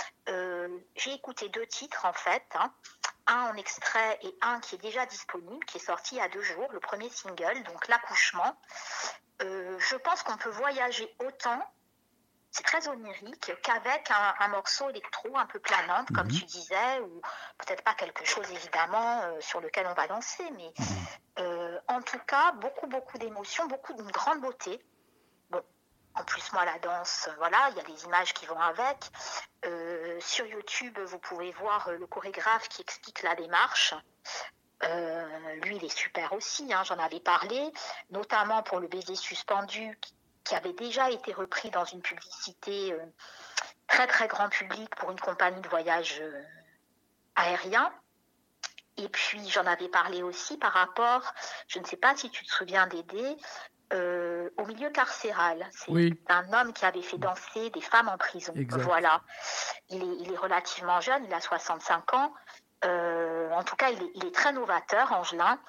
J'ai écouté 2 titres en fait, hein. Un en extrait et un qui est déjà disponible, qui est sorti il y a 2 jours, le premier single, donc L'accouchement. Je pense qu'on peut voyager autant, c'est très onirique, qu'avec un morceau électro un peu planante, comme tu disais, ou peut-être pas quelque chose évidemment sur lequel on va danser, mais en tout cas, beaucoup d'émotions, d'une grande beauté. Bon, en plus, moi, la danse, voilà, il y a des images qui vont avec. Sur YouTube, vous pouvez voir le chorégraphe qui explique la démarche. Lui, il est super aussi, hein, j'en avais parlé, notamment pour le baiser suspendu, qui avait déjà été repris dans une publicité très très grand public pour une compagnie de voyage aérien. Et puis j'en avais parlé aussi par rapport, je ne sais pas si tu te souviens Dédé, au milieu carcéral. C'est un homme qui avait fait danser des femmes en prison. Exact. Voilà. Il est relativement jeune, il a 65 ans. En tout cas, il est très novateur, Angelin.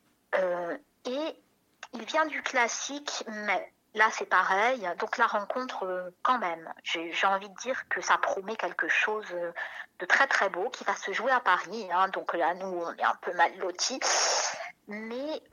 Et il vient du classique, mais là, c'est pareil. Donc, la rencontre, quand même, j'ai envie de dire que ça promet quelque chose de très, très beau qui va se jouer à Paris. Hein. Donc là, nous, on est un peu mal lotis. Mais...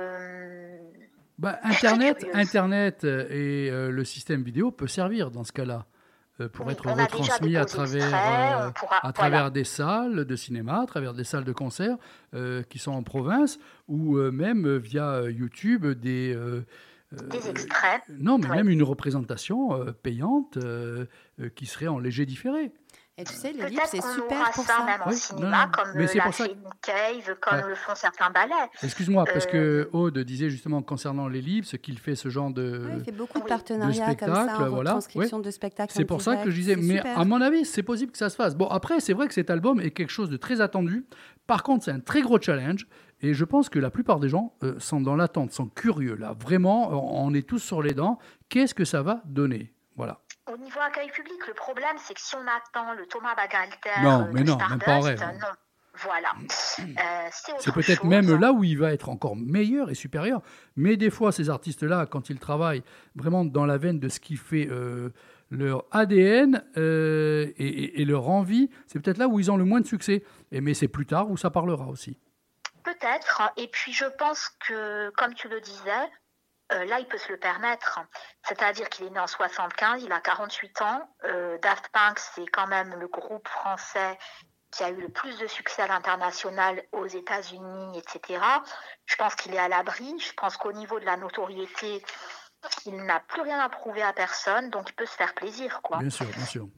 Internet et le système vidéo peut servir dans ce cas-là. Pour être retransmis à travers des salles de cinéma, à travers des salles de concert qui sont en province, ou même via YouTube des extraits. Non, mais même une représentation payante qui serait en léger différé. Et tu sais, les livres, c'est super pour ça. Même en cinéma, comme l'a fait Nick Cave, comme le font certains ballets. Excuse-moi, parce que Aude disait justement concernant les livres, ce qu'il fait ce genre de il fait beaucoup de partenariats comme ça, en retranscription de spectacles. C'est pour ça que je disais, mais à mon avis, c'est possible que ça se fasse. Bon, après, c'est vrai que cet album est quelque chose de très attendu. Par contre, c'est un très gros challenge. Et je pense que la plupart des gens sont dans l'attente, sont curieux. Là, vraiment, on est tous sur les dents. Qu'est-ce que ça va donner ? Voilà. Au niveau accueil public, le problème, c'est que si on attend le Thomas Bangalter même pas en rêve. Non. Voilà. C'est peut-être même là où il va être encore meilleur et supérieur. Mais des fois, ces artistes-là, quand ils travaillent vraiment dans la veine de ce qui fait leur ADN et leur envie, c'est peut-être là où ils ont le moins de succès. Mais c'est plus tard où ça parlera aussi. Peut-être. Et puis, je pense que, comme tu le disais, là, il peut se le permettre. C'est-à-dire qu'il est né en 75, il a 48 ans. Daft Punk, c'est quand même le groupe français qui a eu le plus de succès à l'international aux États-Unis, etc. Je pense qu'il est à l'abri. Je pense qu'au niveau de la notoriété, il n'a plus rien à prouver à personne, donc il peut se faire plaisir, quoi. Bien sûr, bien sûr.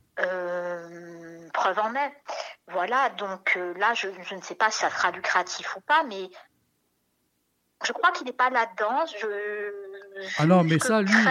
Preuve en est. Voilà, donc là, je ne sais pas si ça sera lucratif ou pas, mais je crois qu'il n'est pas là-dedans. Mais ça, lui,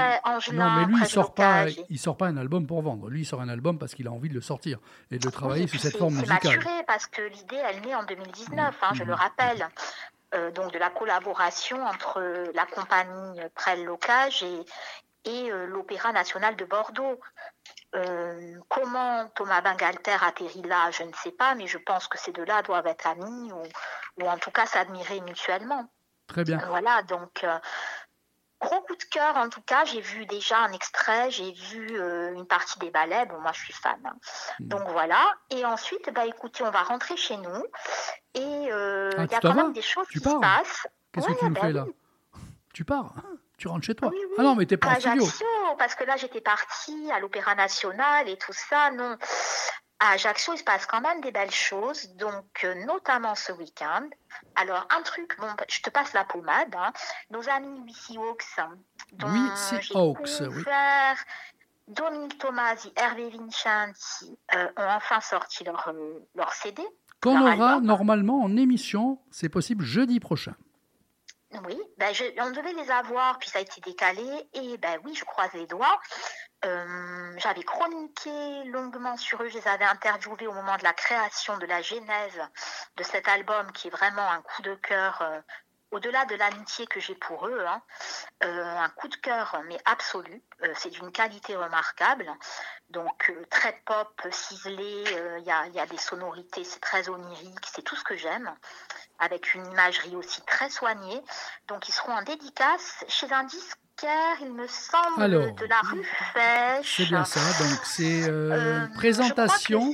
il sort pas un album pour vendre. Lui, il sort un album parce qu'il a envie de le sortir et de le travailler sous cette forme musicale. C'est maturé parce que l'idée, elle naît en 2019, je le rappelle. Donc de la collaboration entre la compagnie Prel Locage et l'Opéra National de Bordeaux. Comment Thomas Bangalter atterrit là, je ne sais pas, mais je pense que ces deux-là doivent être amis ou en tout cas s'admirer mutuellement. Très bien. Voilà, donc gros coup de cœur en tout cas. J'ai vu déjà un extrait, j'ai vu une partie des ballets. Bon, moi je suis fan. Donc voilà. Et ensuite, écoutez, on va rentrer chez nous et il y a quand même des choses qui se passent. Qu'est-ce que tu nous fais là? Oui. Tu pars? Tu rentres chez toi? Oui. Ah non, mais t'es pas en studio. Ajaccio, parce que là j'étais partie à l'Opéra National et tout ça. Non, à Ajaccio, il se passe quand même des belles choses, donc notamment ce week-end. Alors un truc, je te passe la pommade. Nos amis Wisi Hawks, dont j'ai découvert Dominique Tomasi, Hervé Vincenzi, ont enfin sorti leur CD. Qu'on aura normalement en émission, c'est possible jeudi prochain. Oui, on devait les avoir, puis ça a été décalé, et oui, je croise les doigts. J'avais chroniqué longuement sur eux, je les avais interviewés au moment de la création de la genèse de cet album, qui est vraiment un coup de cœur, au-delà de l'amitié que j'ai pour eux, un coup de cœur, mais absolu. C'est d'une qualité remarquable, donc très pop, ciselé, il y a des sonorités, c'est très onirique, c'est tout ce que j'aime, avec une imagerie aussi très soignée. Donc ils seront en dédicace chez un disquaire, il me semble, de la rue Fèche. C'est bien ça, donc c'est présentation,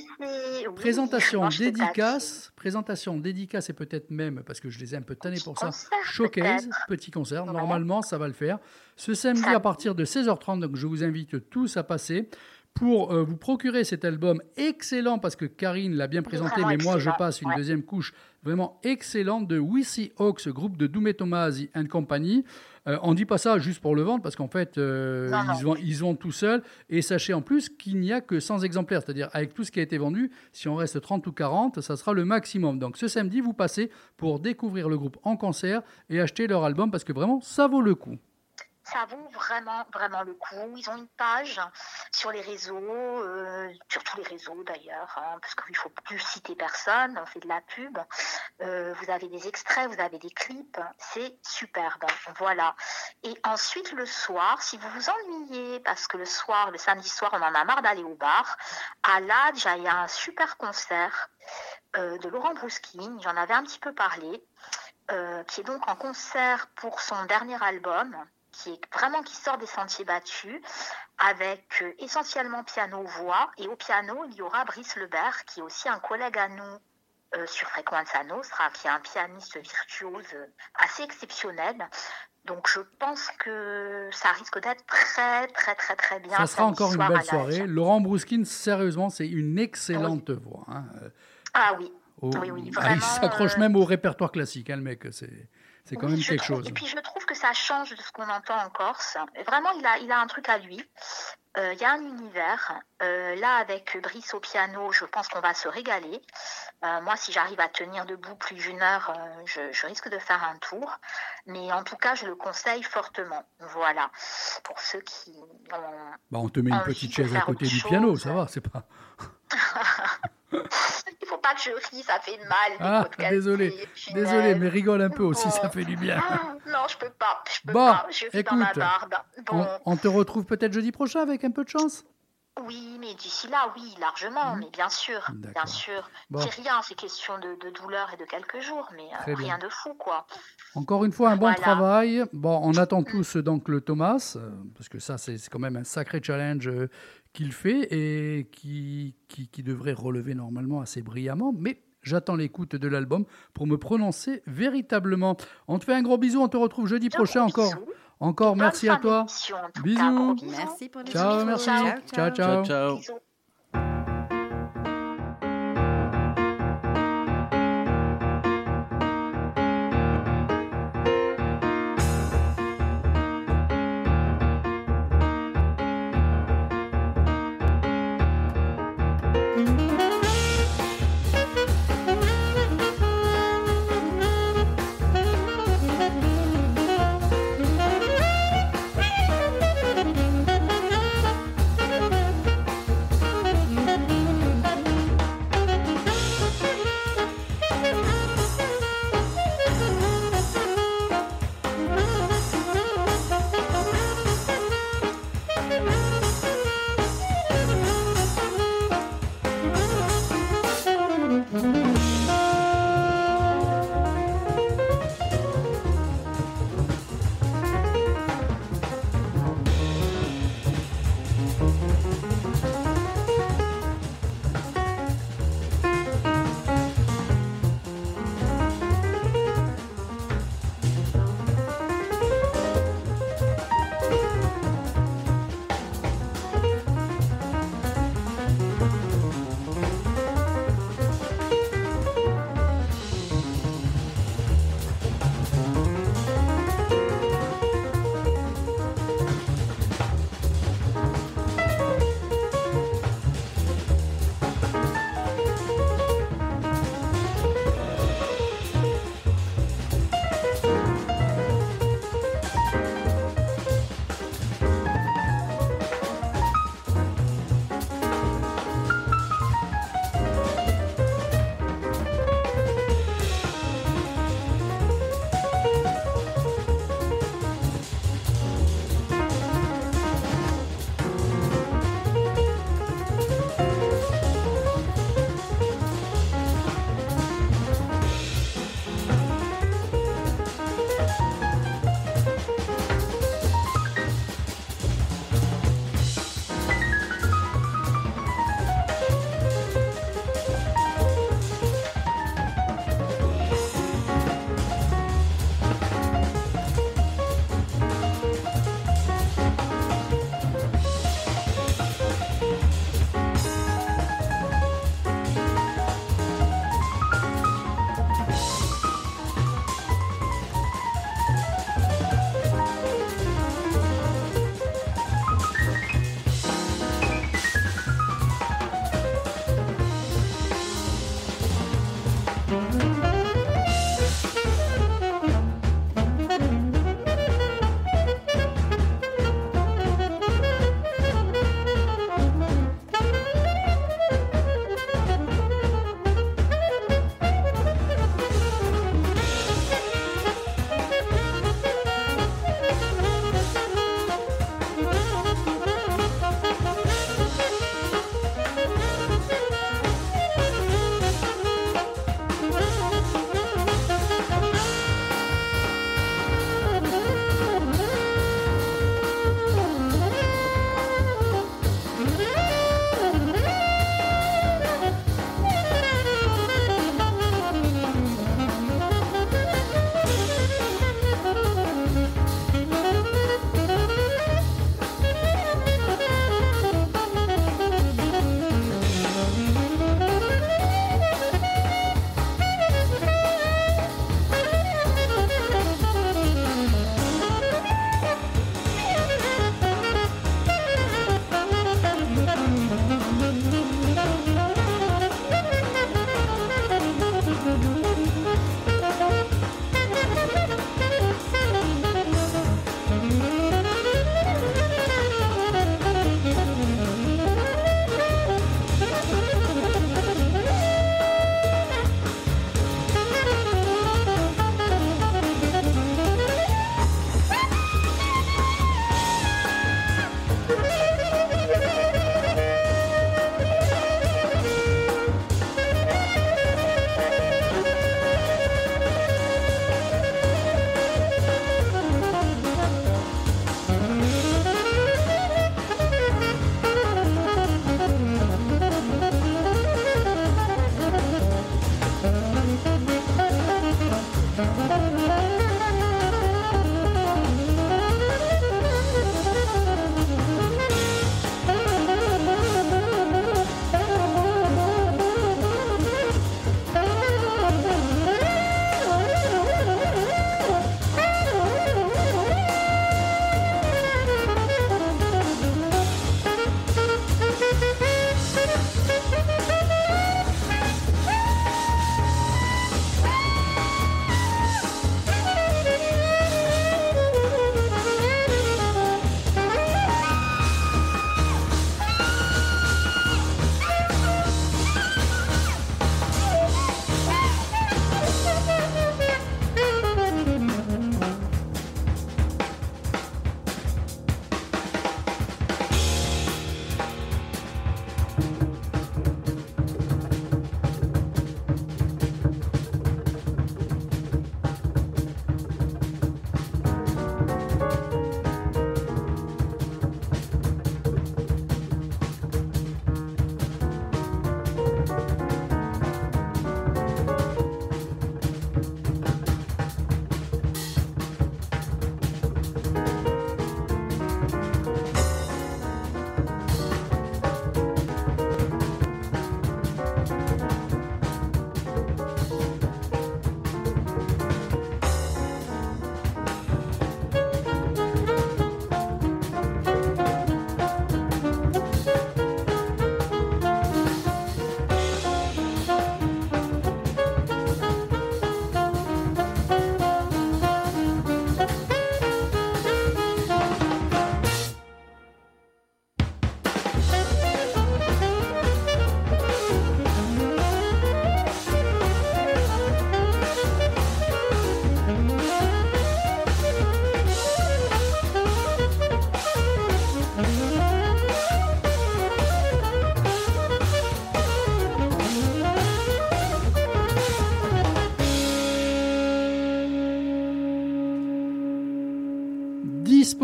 dédicace et peut-être même, parce que je les ai un peu tannés pour ça, showcase, petit concert, normalement ça va le faire. Ce samedi à partir de 16h30, donc je vous invite tous à passer pour vous procurer cet album excellent, parce que Karine l'a bien présenté, mais moi je passe une deuxième couche vraiment excellente de Wisi Hawks, groupe de Doumé Tomasi and Company. On ne dit pas ça juste pour le vendre, parce qu'en fait, ils vendent tout seuls. Et sachez en plus qu'il n'y a que 100 exemplaires, c'est-à-dire avec tout ce qui a été vendu, si on reste 30 ou 40, ça sera le maximum. Donc ce samedi, vous passez pour découvrir le groupe en concert et acheter leur album, parce que vraiment, ça vaut le coup. Ça vaut vraiment, vraiment le coup. Ils ont une page sur les réseaux, sur tous les réseaux d'ailleurs, parce qu'il ne faut plus citer personne, on fait de la pub. Vous avez des extraits, vous avez des clips, c'est superbe. Voilà. Et ensuite, le soir, si vous vous ennuyez, parce que le samedi soir, on en a marre d'aller au bar, à l'Adj, il y a un super concert de Laurent Bruskin, j'en avais un petit peu parlé, qui est donc en concert pour son dernier album, qui sort des sentiers battus, avec essentiellement piano-voix. Et au piano, il y aura Brice Lebert, qui est aussi un collègue à nous sur Frequenza Nostra, qui est un pianiste virtuose assez exceptionnel. Donc je pense que ça risque d'être très, très, très, très bien. Ça sera encore une belle soirée. Laurent Bruskin, sérieusement, c'est une excellente voix. Ah oui. Oui, vraiment, il s'accroche même au répertoire classique, le mec. C'est quand même quelque chose. Et puis je trouve que ça change de ce qu'on entend en Corse. Vraiment, il a un truc à lui. Il y a un univers. Là, avec Brice au piano, je pense qu'on va se régaler. Moi, si j'arrive à tenir debout plus d'une heure, je risque de faire un tour. Mais en tout cas, je le conseille fortement. Voilà. Pour ceux qui ont... on te met une petite chaise à côté du piano, ça va, c'est pas... Il faut pas que je rie, ça fait mal. Désolé, mais rigole un peu aussi, ça fait du bien. Non, je peux pas. Je vis dans ma barbe. On te retrouve peut-être jeudi prochain avec un peu de chance. Oui, mais d'ici là, oui, largement, mais bien sûr, bien sûr. Bon. C'est rien, c'est question de douleur et de quelques jours, mais rien de fou, quoi. Encore une fois, un bon travail. Bon, on attend tous donc le Thomas, parce que ça, c'est quand même un sacré challenge qu'il fait et qui devrait relever normalement assez brillamment, mais j'attends l'écoute de l'album pour me prononcer véritablement. On te fait un gros bisou, on te retrouve jeudi prochain encore. Encore, merci à toi. Bisous. Merci pour les ciao, merci. Ciao. Bisous.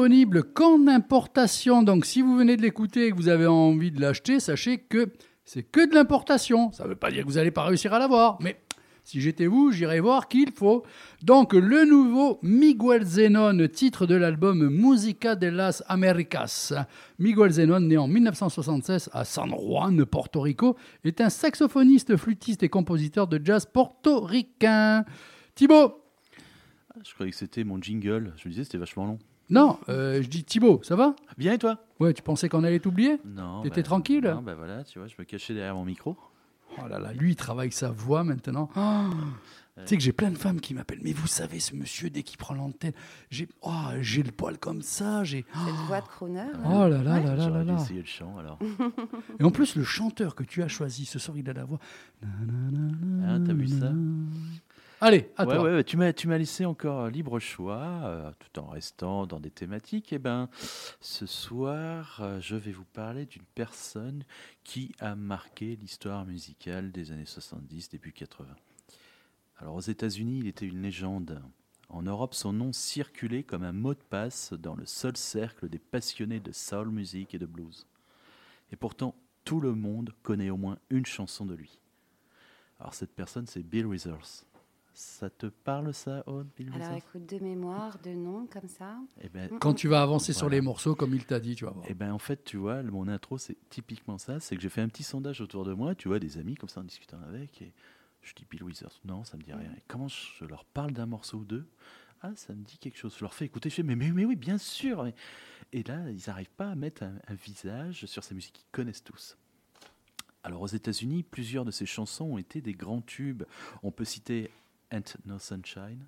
disponible qu'en importation. Donc, si vous venez de l'écouter et que vous avez envie de l'acheter, sachez que c'est que de l'importation. Ça ne veut pas dire que vous n'allez pas réussir à l'avoir, mais si j'étais vous, j'irais voir qu'il faut. Donc, le nouveau Miguel Zenón, titre de l'album Música de las Américas. Miguel Zenón, né en 1976 à San Juan, Porto Rico, est un saxophoniste, flûtiste et compositeur de jazz portoricain. Thibaut. Je croyais que c'était mon jingle. Je me disais, c'était vachement long. Non, je dis Thibaut, ça va? Bien, et toi? Ouais, tu pensais qu'on allait t'oublier? Non. T'étais tranquille? Non, voilà, tu vois, je me cachais derrière mon micro. Oh là là, lui, il travaille sa voix maintenant. Oh, tu sais que j'ai plein de femmes qui m'appellent. Mais vous savez, ce monsieur, dès qu'il prend l'antenne, j'ai le poil comme ça. Cette voix de crooner. Oh là là là là J'aurais là dû là. essayer le chant, alors. Et en plus, le chanteur que tu as choisi ce soir, il a la voix. Ah, t'as vu ça? Allez, à toi. Ouais, tu m'as laissé encore libre choix, tout en restant dans des thématiques. Eh ben, ce soir, je vais vous parler d'une personne qui a marqué l'histoire musicale des années 70, début 80. Alors, aux États-Unis, il était une légende. En Europe, son nom circulait comme un mot de passe dans le seul cercle des passionnés de soul music et de blues. Et pourtant, tout le monde connaît au moins une chanson de lui. Alors, cette personne, c'est Bill Withers. Ça te parle, ça, Aude, Bill Withers? Alors écoute, de mémoire, de nom, comme ça. Eh ben, Quand tu vas avancer sur Voilà. les morceaux, comme il t'a dit, tu vas voir. eh ben, en fait, tu vois, mon intro, c'est typiquement ça. C'est que j'ai fait un petit sondage autour de moi, tu vois, des amis, comme ça, en discutant avec. Et je dis Bill Withers. Non, ça me dit rien. Et comment je leur parle d'un morceau ou deux? Ah, ça me dit quelque chose. Je leur fais écouter. Je fais, mais oui, bien sûr. Et là, ils n'arrivent pas à mettre un visage sur ces musiques qu'ils connaissent tous. Alors, aux États-Unis, plusieurs de ces chansons ont été des grands tubes. On peut citer Ain't No Sunshine,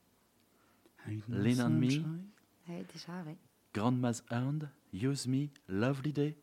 Lean on Me, Ouais, déjà, ouais. Grandma's Hand, Use Me, Lovely Day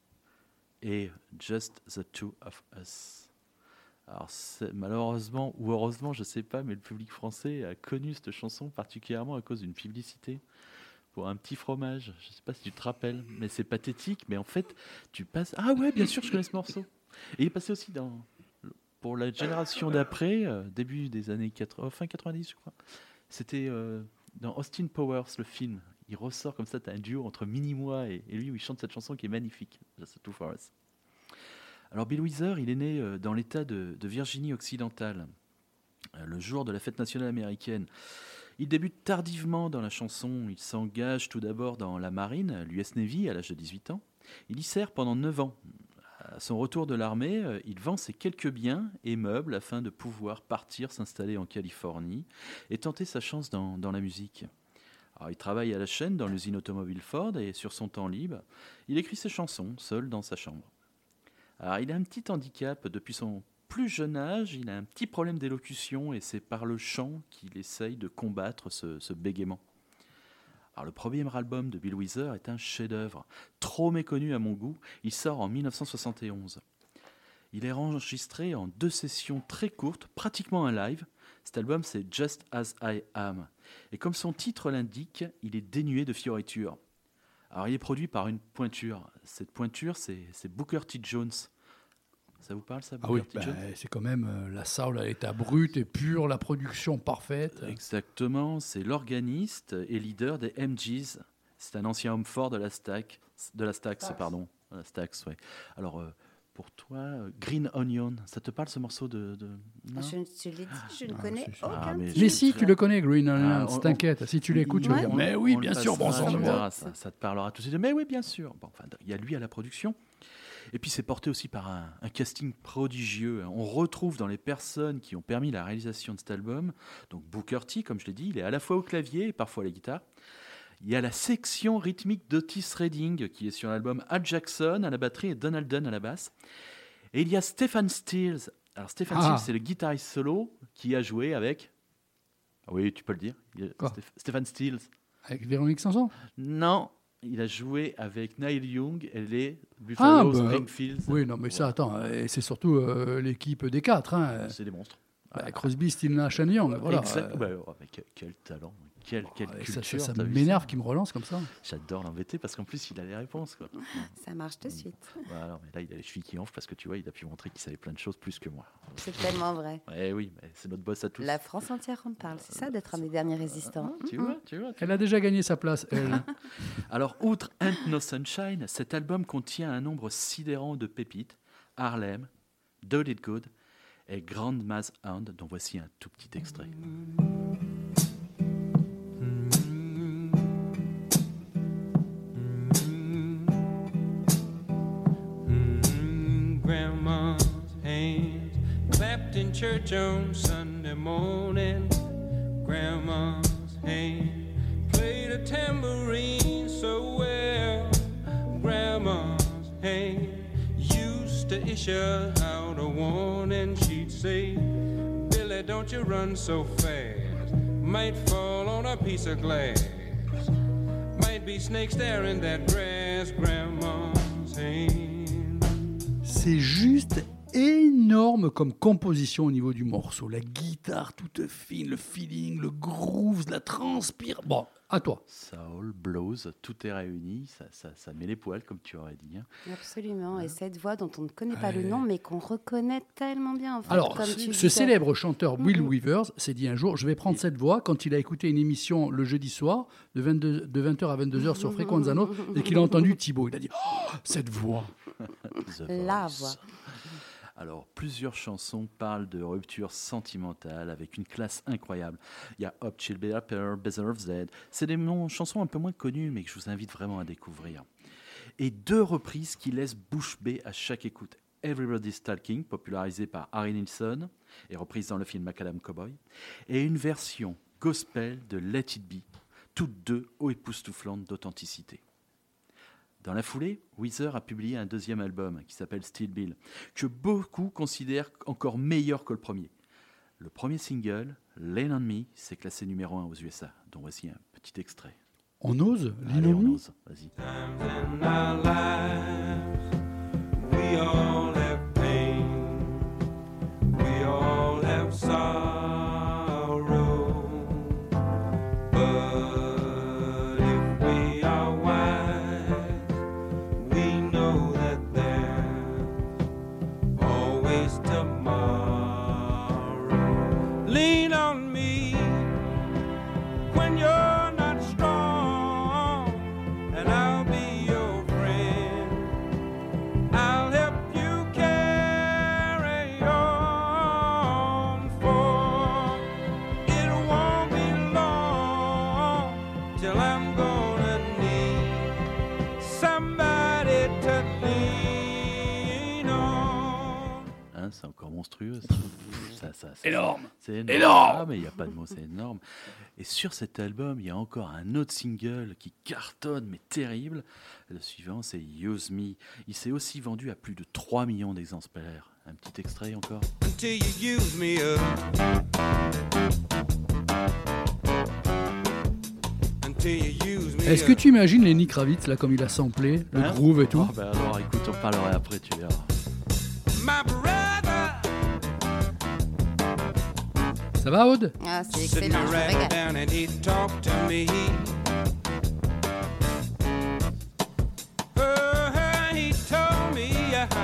et Just the Two of Us. Alors malheureusement ou heureusement, je ne sais pas, mais le public français a connu cette chanson particulièrement à cause d'une publicité pour un petit fromage. Je ne sais pas si tu te rappelles, mais c'est pathétique. Mais en fait, tu passes... Ah ouais, bien sûr, je connais ce morceau. Et il est passé aussi pour la génération d'après, début des années 80, fin 90, je crois. C'était dans Austin Powers, le film. Il ressort comme ça, tu as un duo entre Minnie-moi et lui où il chante cette chanson qui est magnifique. Just the Two of Us. Alors Bill Withers, il est né dans l'État de Virginie occidentale, le jour de la fête nationale américaine. Il débute tardivement dans la chanson, il s'engage tout d'abord dans la marine, l'US Navy, à l'âge de 18 ans. Il y sert pendant 9 ans. À son retour de l'armée, il vend ses quelques biens et meubles afin de pouvoir partir s'installer en Californie et tenter sa chance dans la musique. Alors, il travaille à la chaîne dans l'usine automobile Ford et sur son temps libre, il écrit ses chansons seul dans sa chambre. Alors, il a un petit handicap depuis son plus jeune âge, il a un petit problème d'élocution et c'est par le chant qu'il essaye de combattre ce bégaiement. Alors, le premier album de Bill Withers est un chef-d'œuvre, trop méconnu à mon goût. Il sort en 1971. Il est enregistré en 2 sessions très courtes, pratiquement un live. Cet album, c'est Just As I Am. Et comme son titre l'indique, il est dénué de fioritures. Alors, il est produit par une pointure. Cette pointure, c'est Booker T. Jones. Ça vous parle, ça, Booker T. Jones? C'est quand même la soul à l'état brut et pur, la production parfaite. Exactement, c'est l'organiste et leader des MGs. C'est un ancien homme fort de la Stax, pardon. La Stax, ouais. Alors, pour toi, Green Onion, ça te parle ce morceau de... Non Je l'ai dit, je ne connais c'est aucun. Mais si, tu le connais, Green Onions, on- t'inquiète. Si tu l'écoutes, tu vas dire, mais oui, on bien le sûr, bon passera, sang tu de verras, ça te parlera tout de suite. Mais oui, bien sûr. Bon, enfin, il y a lui à la production. Et puis c'est porté aussi par un casting prodigieux. On retrouve dans les personnes qui ont permis la réalisation de cet album, donc Booker T, comme je l'ai dit, il est à la fois au clavier et parfois à la guitare. Il y a la section rythmique d'Otis Redding qui est sur l'album, Al Jackson à la batterie et Donald Dunn à la basse. Et il y a Stephen Stills. Alors Stephen Stills, c'est le guitariste solo qui a joué avec... Ah oui, tu peux le dire. Stephen Stills. Avec Véronique Sanson? Non, il a joué avec Neil Young et les Buffalo Springfield. Oui, non, mais ça, attends, et c'est surtout l'équipe des 4. Hein. C'est des monstres. Crosby, Stills, Nash & Young, voilà. Exact. Quel talent. quelle Et culture. ça t'as vu m'énerve qu'il me relance comme ça. J'adore l'embêter parce qu'en plus, il a les réponses. Quoi. Ça marche de suite. Voilà, mais là, il a les chevilles qui enflent parce que tu vois, il a pu montrer qu'il savait plein de choses plus que moi. C'est tellement vrai. Eh oui, mais c'est notre boss à tous. La France entière en parle. C'est ça d'être un des derniers résistants. Tu vois. Elle a déjà gagné sa place, elle. Alors, outre Ain't No Sunshine, cet album contient un nombre sidérant de pépites. Harlem, Do It Good et Grandma's Hand, dont voici un tout petit extrait. Grandma's hands clapped in church on Sunday morning. Grandma's hand played a tambourine so well. Grandma's hand used to issue out a warning. She'd say, Billy, don't you run so fast. Might fall on a piece of glass. Might be snakes there in that grass. Grandma's hand. C'est juste énorme comme composition au niveau du morceau. La guitare toute fine, le feeling, le groove, la transpire. Bon, à toi. Soul, blues, tout est réuni, ça met les poils, comme tu aurais dit. Hein. Absolument. Et cette voix dont on ne connaît pas le nom, mais qu'on reconnaît tellement bien. En fait, Alors, comme tu ce disais. célèbre chanteur Will Weavers s'est dit un jour, je vais prendre cette voix quand il a écouté une émission le jeudi soir de 20h à 22h sur Fréquenza Nostra et qu'il a entendu Thibaut. Il a dit, oh, cette voix. La voix. Alors, plusieurs chansons parlent de rupture sentimentale avec une classe incroyable. Il y a Up Chill Be Upper, Better of Z. C'est des chansons un peu moins connues, mais que je vous invite vraiment à découvrir. Et 2 reprises qui laissent bouche bée à chaque écoute. Everybody's Talking, popularisée par Harry Nilsson et reprise dans le film Macadam Cowboy. Et une version gospel de Let It Be, toutes 2 époustouflantes d'authenticité. Dans la foulée, Weezer a publié un 2e album qui s'appelle Still Bill, que beaucoup considèrent encore meilleur que le premier. Le premier single, Lean on Me, s'est classé numéro 1 aux USA, dont voici un petit extrait. On ose, Allez, on Lino. ose, vas-y. Times in our lives, we all have pain, we all have sorrow, but if we are wise, we know that there's always tomorrow. Lean on me when you're not strong, and I'll be your friend. I'll help you carry on, for it won't be long till I'm gonna need somebody to lean on. Hein, c'est encore monstrueux. Énorme. C'est Énorme. Ah, mais il n'y a pas de mots, c'est énorme. Et sur cet album, il y a encore un autre single qui cartonne, mais terrible. Le suivant, c'est Use Me. Il s'est aussi vendu à plus de 3 millions d'exemplaires. Un petit extrait encore. Until you use me up. Until you use me Est-ce que up. tu imagines Lenny Kravitz, là, comme il a samplé, le Hein groove et tout Oh, ben alors, écoute, on parlera après, tu verras. My brother Ça va, Aude? Ah, c'est sitting excellent, je me right régale. down and he talked to me. He told me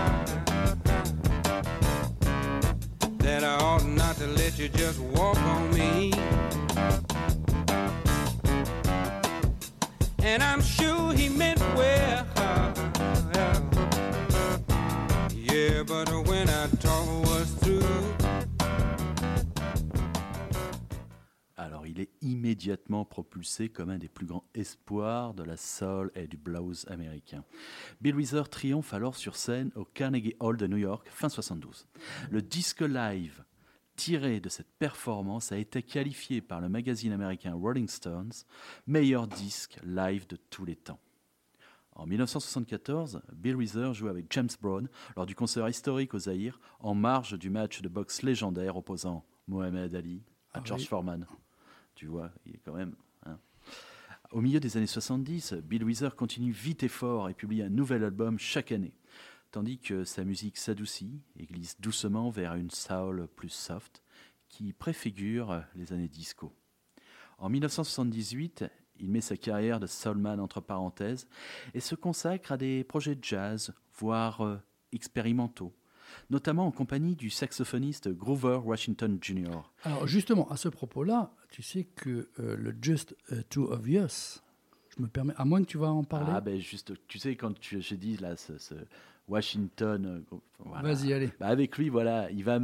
that I ought not to let you just walk on me. And I'm sure he meant well. Yeah, but when I talk was through. Alors, il est immédiatement propulsé comme un des plus grands espoirs de la soul et du blues américain. Bill Weezer triomphe alors sur scène au Carnegie Hall de New York, fin 72. Le disque live tiré de cette performance a été qualifié par le magazine américain Rolling Stones meilleur disque live de tous les temps. En 1974, Bill Weezer joue avec James Brown lors du concert historique au Zaïre en marge du match de boxe légendaire opposant Mohamed Ali à George Foreman. Tu vois, il est quand même... hein. Au milieu des années 70, Bill Weezer continue vite et fort et publie un nouvel album chaque année, tandis que sa musique s'adoucit et glisse doucement vers une soul plus soft qui préfigure les années disco. En 1978, il met sa carrière de soulman entre parenthèses et se consacre à des projets de jazz, voire expérimentaux, notamment en compagnie du saxophoniste Grover Washington Jr. Alors justement, à ce propos-là, tu sais que le Just Too Obvious, je me permets, à moins que tu vas en parler. Ah ben juste, tu sais, quand j'ai dit là, ce Washington, voilà. Vas-y, allez. Bah, avec lui, voilà, il va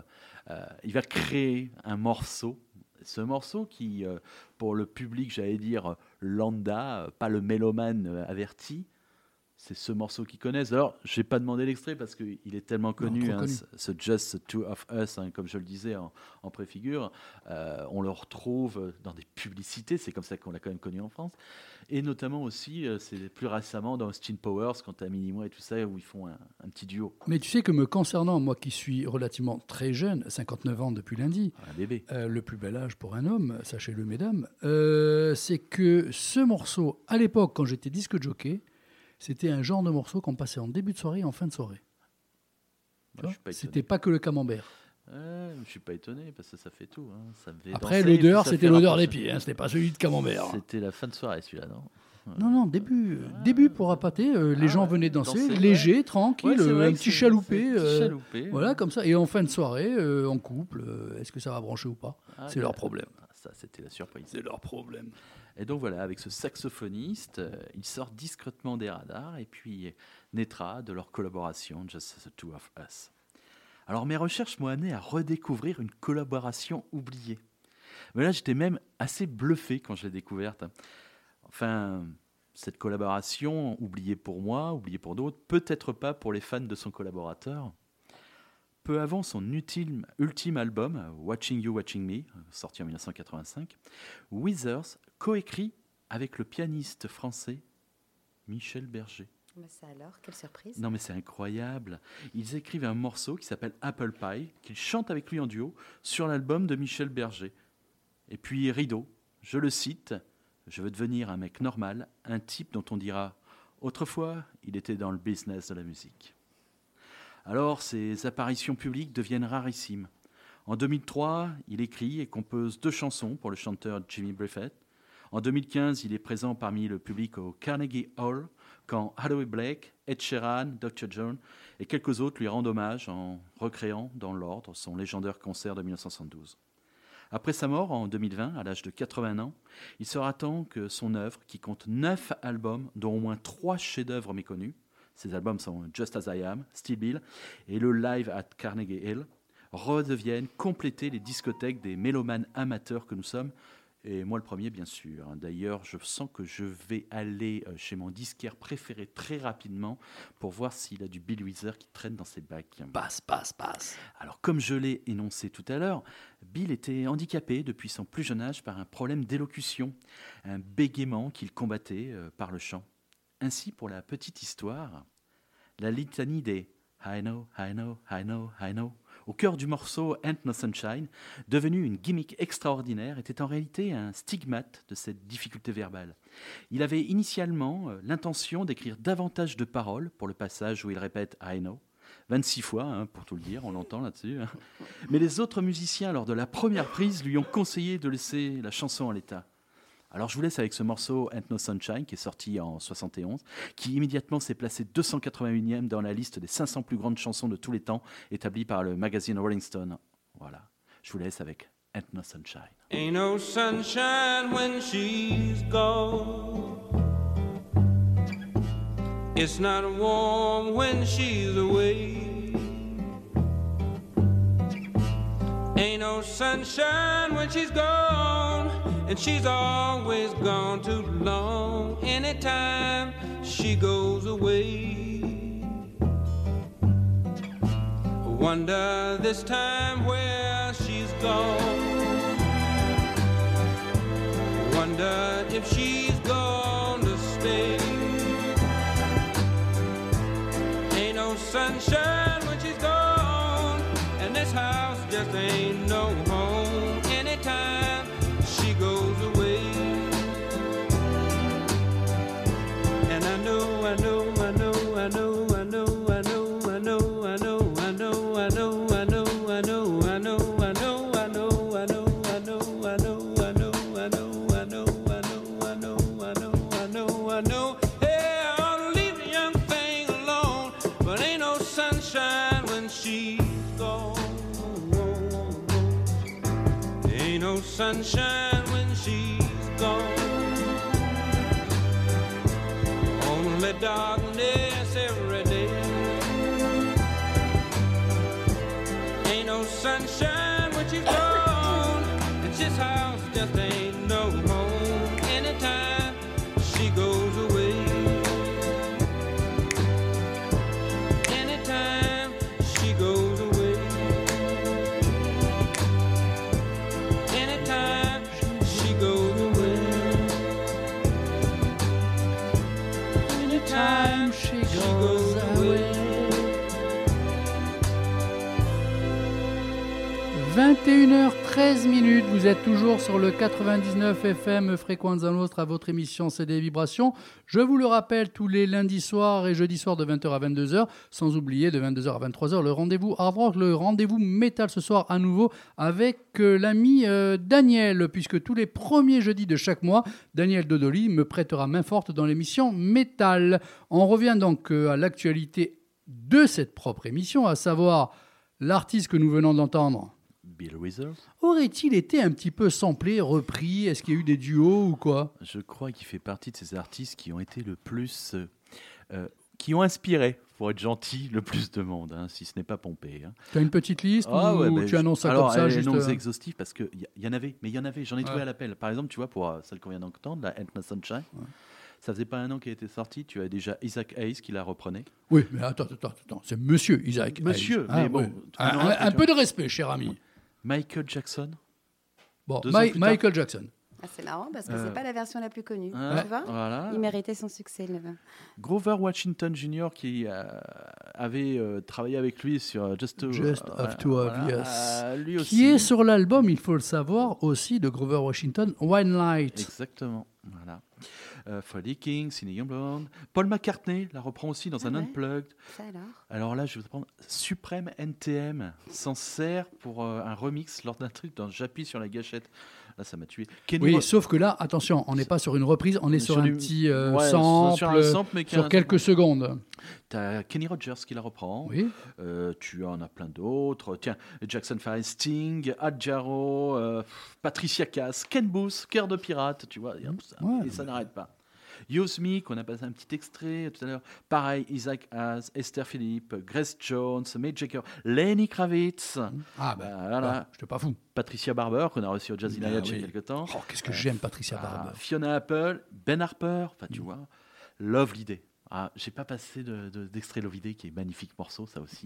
créer un morceau. Ce morceau qui, pour le public, j'allais dire lambda, pas le mélomane averti, c'est ce morceau qu'ils connaissent. Alors, je n'ai pas demandé l'extrait parce qu'il est tellement connu, connu. ce Just the Two of Us, comme je le disais en préfigure. On le retrouve dans des publicités, c'est comme ça qu'on l'a quand même connu en France. Et notamment aussi, c'est plus récemment dans Austin Powers, quand tu as Minimoy et tout ça, où ils font un petit duo. Mais tu sais que me concernant, moi qui suis relativement très jeune, 59 ans depuis lundi, Un bébé. le plus bel âge pour un homme, sachez-le mesdames, c'est que ce morceau, à l'époque, quand j'étais disque jockey, c'était un genre de morceau qu'on passait en début de soirée et en fin de soirée. Tu vois, c'était pas que le camembert. Je ne suis pas étonné, parce que ça fait tout. Hein. Ça me fait Après, danser, l'odeur, ça c'était fait l'odeur des rapprocher. pieds, c'était pas celui de camembert. C'était la fin de soirée, celui-là, non? Non, début pour appâter, les gens venaient danser, danser, léger, tranquille, Ouais, c'est vrai un que petit c'est chaloupé, un petit chaloupé. voilà, comme ça. Et en fin de soirée, en couple, est-ce que ça va brancher ou pas? C'est ben, leur problème. Ça, c'était la surprise. C'est leur problème. Et donc voilà, avec ce saxophoniste, il sort discrètement des radars et puis naîtra de leur collaboration Just the Two of Us. Alors mes recherches m'ont amené à redécouvrir une collaboration oubliée. Mais là, j'étais même assez bluffé quand je l'ai découverte. Enfin, cette collaboration, oubliée pour moi, oubliée pour d'autres, peut-être pas pour les fans de son collaborateur. Peu avant son ultime album, Watching You, Watching Me, sorti en 1985, Withers coécrit avec le pianiste français Michel Berger. Mais ça alors, quelle surprise. Non mais c'est incroyable. Ils écrivent un morceau qui s'appelle Apple Pie, qu'ils chantent avec lui en duo sur l'album de Michel Berger. Et puis rideau, je le cite, « Je veux devenir un mec normal, un type dont on dira « Autrefois, il était dans le business de la musique ». Alors, ces apparitions publiques deviennent rarissimes. En 2003, il écrit et compose 2 chansons pour le chanteur Jimmy Buffett. En 2015, il est présent parmi le public au Carnegie Hall quand Hathaway Blake, Ed Sheeran, Dr. John et quelques autres lui rendent hommage en recréant dans l'ordre son légendaire concert de 1972. Après sa mort en 2020, à l'âge de 80 ans, il sera temps que son œuvre, qui compte 9 albums, dont au moins 3 chefs-d'œuvre méconnus, ces albums sont Just As I Am, Still Bill et le Live at Carnegie Hill, redeviennent compléter les discothèques des mélomanes amateurs que nous sommes. Et moi le premier, bien sûr. D'ailleurs, je sens que je vais aller chez mon disquaire préféré très rapidement pour voir s'il a du Bill Withers qui traîne dans ses bacs. Passe. Alors, comme je l'ai énoncé tout à l'heure, Bill était handicapé depuis son plus jeune âge par un problème d'élocution, un bégaiement qu'il combattait par le chant. Ainsi, pour la petite histoire, la litanie des « I know, I know, I know, I know » au cœur du morceau « Ain't No Sunshine », devenu une gimmick extraordinaire, était en réalité un stigmate de cette difficulté verbale. Il avait initialement l'intention d'écrire davantage de paroles pour le passage où il répète « I know », 26 fois, pour tout le dire, on l'entend là-dessus. Mais les autres musiciens, lors de la première prise, lui ont conseillé de laisser la chanson en l'état. Alors je vous laisse avec ce morceau Ain't No Sunshine qui est sorti en 71, qui immédiatement s'est placé 281e dans la liste des 500 plus grandes chansons de tous les temps établie par le magazine Rolling Stone. Voilà, je vous laisse avec Ain't No Sunshine. Ain't no sunshine when she's gone. It's not warm when she's away. Ain't no sunshine when she's gone. And she's always gone too long. Anytime she goes away, wonder this time where she's gone. Wonder if she's gonna stay. Ain't no sunshine when she's gone, and this house just ain't no home. Anytime she goes away, and I know sunshine when she's gone. Only darkness every day. Ain't no sunshine when she's gone. And this house just ain't no home anytime she goes away. Anytime she goes away. Anytime she goes away. Anytime she goes away. 21h13, vous êtes toujours sur le 99 FM Frequenza Nostra, votre émission CD Vibrations. Je vous le rappelle, tous les lundis soirs et jeudis soirs de 20h à 22h, sans oublier de 22h à 23h, le rendez-vous hard rock, le rendez-vous métal ce soir à nouveau avec l'ami Daniel, puisque tous les premiers jeudis de chaque mois, Daniel Dodoli me prêtera main forte dans l'émission métal. On revient donc à l'actualité de cette propre émission, à savoir l'artiste que nous venons d'entendre. Bill Withers. Aurait-il été un petit peu samplé, repris? Est-ce qu'il y a eu des duos ou quoi? Je crois qu'il fait partie de ces artistes qui ont été le plus... qui ont inspiré, pour être gentil, le plus de monde, hein, si ce n'est pas Pompée. Hein. Tu as une petite liste ou tu annonces ça comme ça? Alors, juste... non exhaustif, parce qu'il y en avait, j'en ai trouvé à l'appel. Par exemple, tu vois, pour celle qu'on vient d'entendre, la Ain't No Sunshine, ça faisait pas un an qu'elle était sortie, tu as déjà Isaac Hayes qui la reprenait. Oui, mais attends, c'est Monsieur Isaac Monsieur, Hayes. mais bon. Ouais. Un peu de respect, cher ami. Michael Jackson. Bon, Michael Jackson. Ah, c'est marrant parce que c'est pas la version la plus connue. Tu vois voilà. Il méritait son succès. Grover Washington Jr. qui avait travaillé avec lui sur Just of Two of Us, lui aussi. Qui est sur l'album, il faut le savoir, aussi de Grover Washington, One Light. Exactement. Voilà. Freddie King, Cyndi Lauper, Paul McCartney la reprend aussi dans un Unplugged. Ça alors là, je vais prendre Supreme NTM s'en sert pour un remix lors d'un truc dont j'appuie sur la gâchette. Là, ça m'a tué. Sauf que là, attention, on n'est pas sur une reprise, on est sur un petit sample, sur quelques secondes. Tu as Kenny Rogers qui la reprend. Oui. Tu en as plein d'autres. Tiens, Jackson 5, Sting, Al Jarreau, Patricia Cass, Ken Booth, Cœur de Pirate, tu vois, et ça n'arrête pas. Use Me, qu'on a passé un petit extrait tout à l'heure. Pareil, Isaac Hayes, Esther Philippe, Grace Jones, Mick Jagger, Lenny Kravitz. Voilà. Je te pas fou. Patricia Barber, qu'on a reçu au Jazz Night il y a quelques temps. Oh, qu'est-ce que j'aime Patricia Barber. Fiona Apple, Ben Harper, tu vois. Lovely Day. J'ai pas passé d'extrait Lovely Day, qui est un magnifique morceau, ça aussi.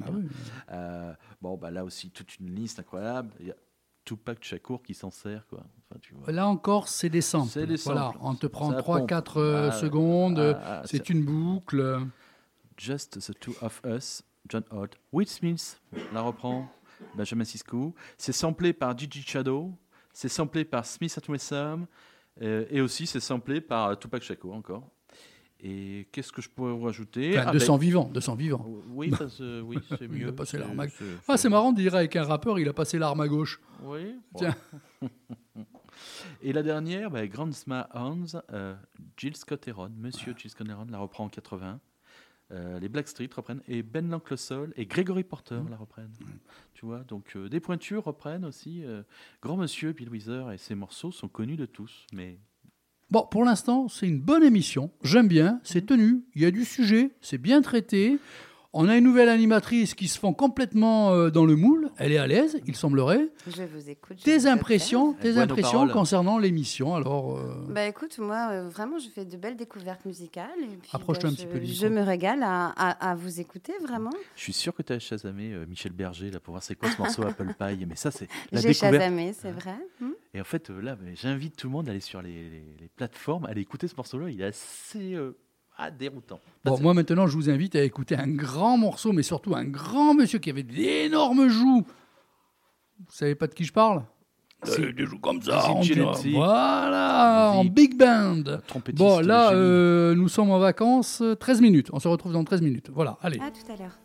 Là aussi, toute une liste incroyable. Il y a Tupac Shakur qui s'en sert, quoi. Enfin, tu vois. Là encore, c'est des samples. Voilà, on te prend 3-4 secondes, c'est une boucle. Just the Two of Us, John Holt. Will Smith la reprend, Benjamin Sisko. C'est samplé par Gigi Shadow, c'est samplé par Smith & Wesson, et aussi c'est samplé par Tupac Shakur encore. Et qu'est-ce que je pourrais vous rajouter? De sang vivant. Oui, c'est mieux. Il a passé l'arme à... c'est marrant de dire avec un rappeur, il a passé l'arme à gauche. Oui. Tiens. Et la dernière, Grandma Hans, Jill Scott Heron. Monsieur Jill Scott Heron la reprend en 80. Les Blackstreet reprennent. Et Ben L'Oncle Soul et Gregory Porter la reprennent. Tu vois, donc des pointures reprennent aussi. Grand Monsieur Bill Withers, et ses morceaux sont connus de tous. Mais... Bon, pour l'instant, c'est une bonne émission. J'aime bien, c'est tenu, il y a du sujet, c'est bien traité. On a une nouvelle animatrice qui se fond complètement dans le moule. Elle est à l'aise, il semblerait. Je vous écoute. Tes impressions concernant l'émission, alors écoute, moi, vraiment, je fais de belles découvertes musicales. Et puis, approche-toi un petit peu du je me régale à vous écouter, vraiment. Je suis sûr que tu as chasamé Michel Berger là, pour voir c'est quoi ce morceau Apple Pie. Mais ça, c'est la J'ai découverte. chasamé, c'est vrai. Et en fait, là, j'invite tout le monde à aller sur les plateformes, à aller écouter ce morceau-là. Il est assez... déroutant. Bon, moi maintenant, je vous invite à écouter un grand morceau, mais surtout un grand monsieur qui avait d'énormes joues. Vous savez pas de qui je parle? Des joues comme ça. Voilà, en big band. Bon, là, nous sommes en vacances. 13 minutes. On se retrouve dans 13 minutes. Voilà, allez. À tout à l'heure.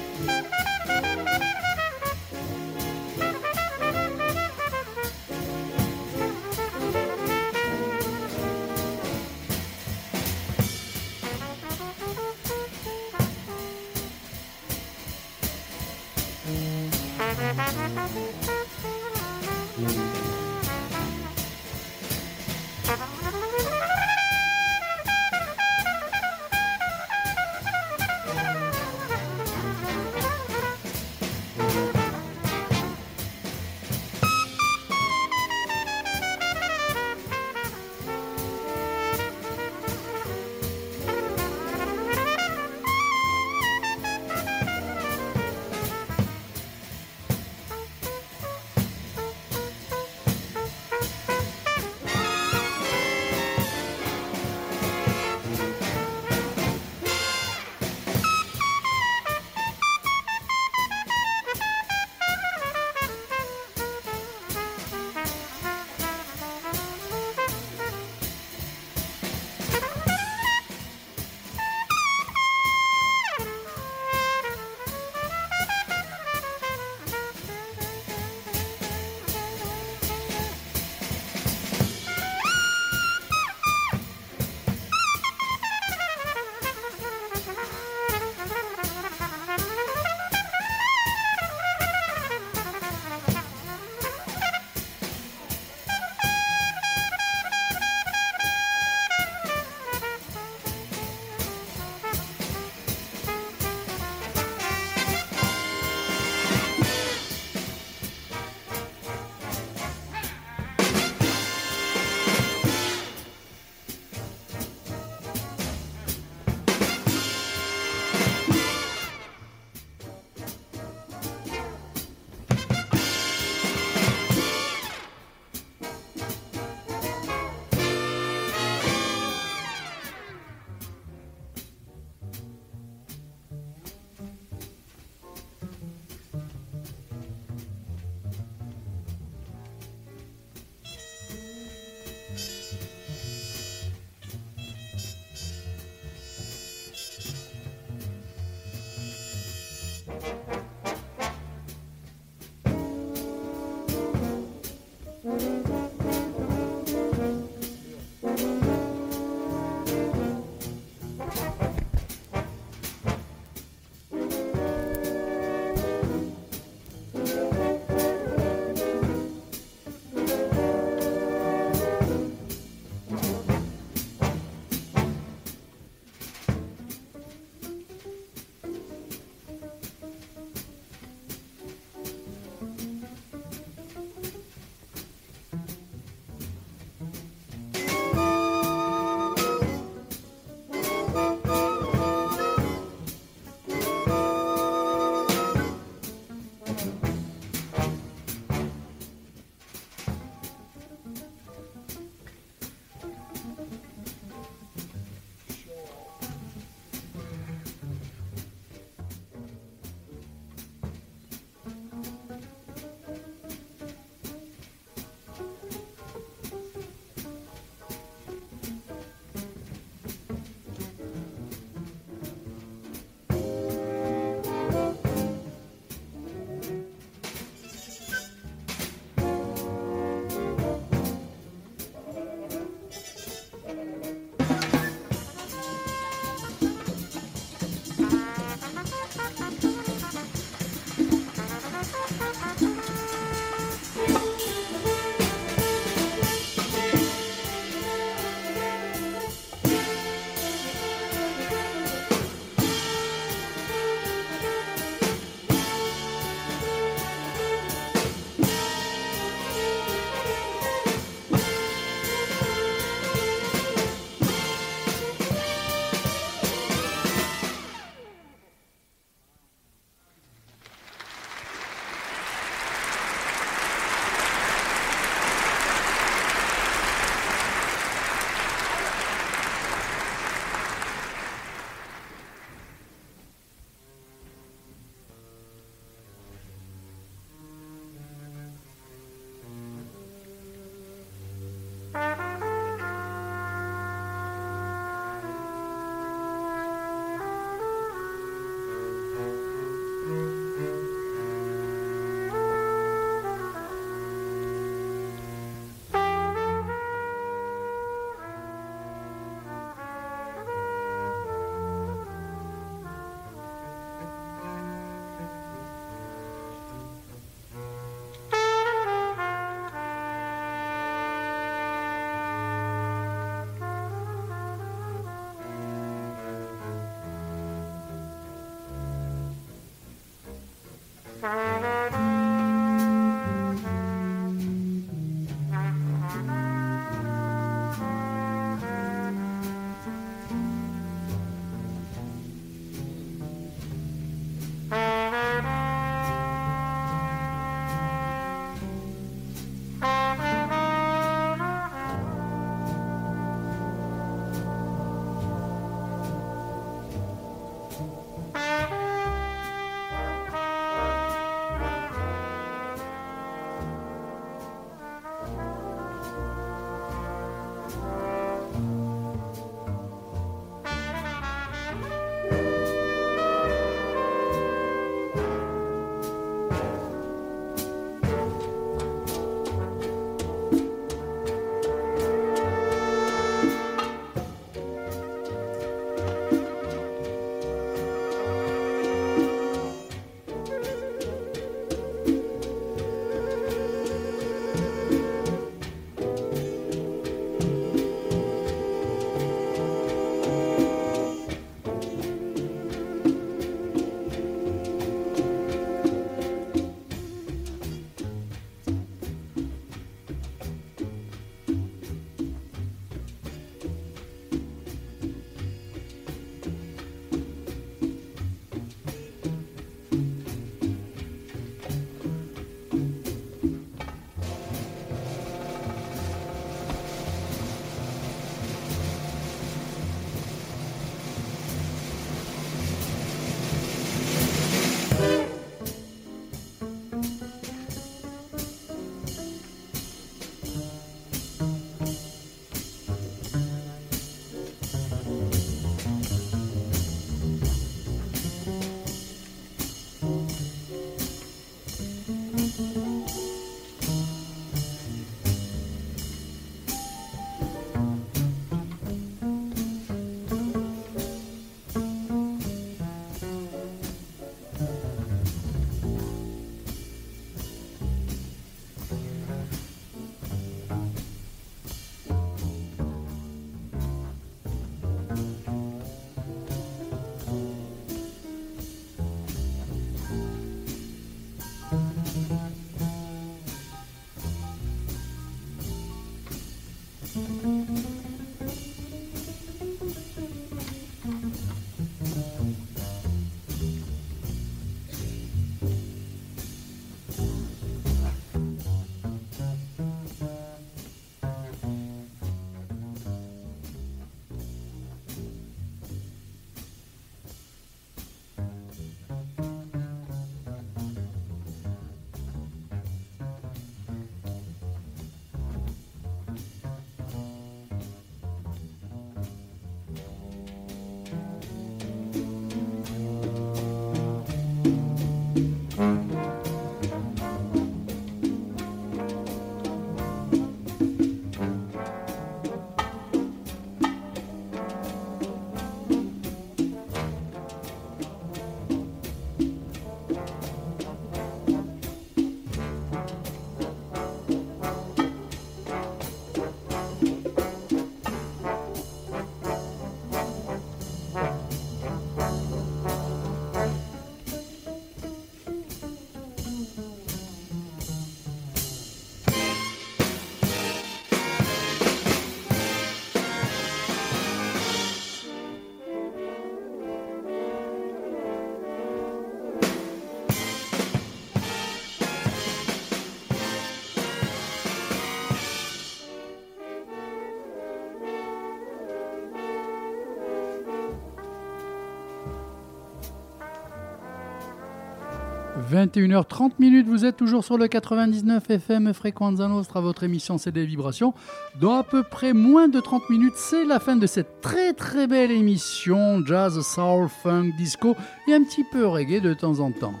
21h30, vous êtes toujours sur le 99 FM Frequenza Nostra, votre émission C'est des vibrations. Dans à peu près moins de 30 minutes, c'est la fin de cette très très belle émission jazz, soul, funk, disco et un petit peu reggae de temps en temps.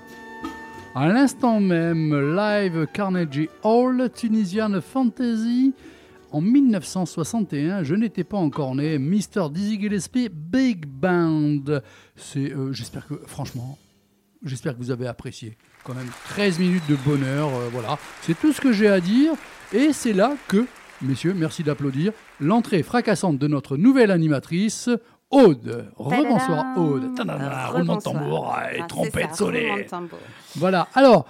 À l'instant même, live Carnegie Hall, Tunisian Fantasy. En 1961, je n'étais pas encore né, Mr. Dizzy Gillespie Big Band. C'est, j'espère que vous avez apprécié. Quand même 13 minutes de bonheur, voilà. C'est tout ce que j'ai à dire. Et c'est là que, messieurs, merci d'applaudir, l'entrée fracassante de notre nouvelle animatrice, Aude. Rebonsoir Aude. Roulement de Rebonsoir. tambour, et Ah, trompette c'est ça, sonnée. roulement de tambour. Voilà. Alors,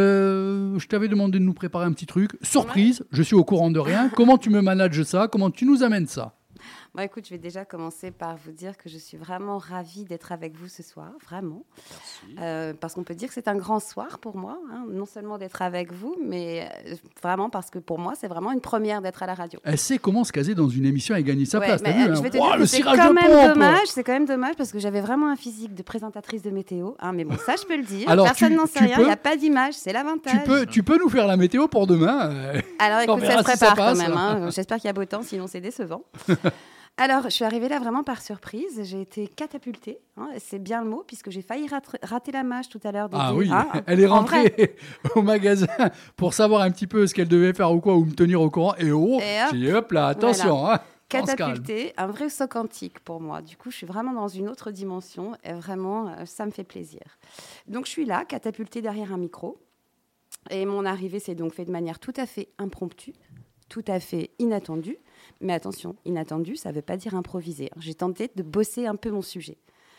je t'avais demandé de nous préparer un petit truc. Surprise, je suis au courant de rien. Comment tu me manages ça? Comment tu nous amènes ça? Bon, écoute, je vais déjà commencer par vous dire que je suis vraiment ravie d'être avec vous ce soir, vraiment. Parce qu'on peut dire que c'est un grand soir pour moi, hein, non seulement d'être avec vous, mais vraiment parce que pour moi, c'est vraiment une première d'être à la radio. Elle sait comment se caser dans une émission et gagner sa Ouais, place. T'as mais, vu, je vais te Ouah, dire le que c'est cirage quand de même pompe. dommage. C'est quand même dommage parce que j'avais vraiment un physique de présentatrice de météo. Hein, mais bon, ça, je peux le dire. Alors, Personne tu- n'en sait tu rien. peux- Il n'y a pas d'image. C'est l'avantage. Tu peux nous faire la météo pour demain Alors, On écoute, verra ça se si ça prépare quand passe. même. Hein. J'espère qu'il y a beau temps, sinon c'est décevant. Alors, je suis arrivée là vraiment par surprise. J'ai été catapultée. Hein, c'est bien le mot, puisque j'ai failli rater la mage tout à l'heure. Ah Dédé. oui, Hein, elle est en vrai. rentrée au magasin pour savoir un petit peu ce qu'elle devait faire ou quoi, ou me tenir au courant. Et oh, Et hop, j'ai dit, hop là, attention, hein, on se calme. Catapultée, un vrai saut quantique pour moi. Du coup, je suis vraiment dans une autre dimension et vraiment, ça me fait plaisir. Donc, je suis là, catapultée derrière un micro. Et mon arrivée s'est donc faite de manière tout à fait impromptue, tout à fait inattendue. Mais attention, inattendu, ça ne veut pas dire improvisé. J'ai tenté de bosser un peu mon sujet.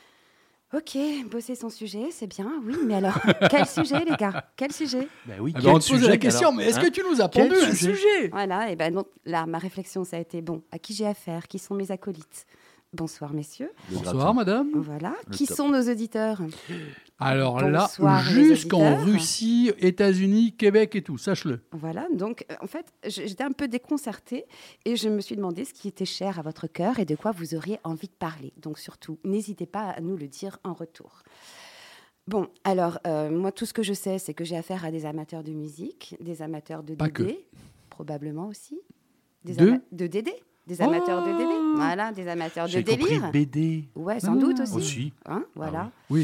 Ok, bosser son sujet, c'est bien, oui, mais alors, quel sujet, les gars? Quel sujet? Ben oui, Ah ben, quel on te pose sujet, la question, alors, mais est-ce hein que tu nous as Quel pondu un sujet sujet? Voilà, et ben donc là, ma réflexion, ça a été bon, à qui j'ai affaire? Qui sont mes acolytes? Bonsoir, messieurs. Le Bonsoir, gratin. madame. Voilà. Le Qui top. sont nos auditeurs? Alors là, Bonsoir, les jusqu'en auditeurs. Russie, États-Unis, Québec et tout, sache-le. Voilà, donc en fait, j'étais un peu déconcertée et je me suis demandé ce qui était cher à votre cœur et de quoi vous auriez envie de parler. Donc surtout, n'hésitez pas à nous le dire en retour. Bon, alors, moi, tout ce que je sais, c'est que j'ai affaire à des amateurs de musique, des amateurs de Pas DD, probablement aussi. De DD, des amateurs de DD, voilà, des amateurs de J'ai compris délire. BD. Ouais, sans doute aussi. Aussi. Hein, voilà. Oui.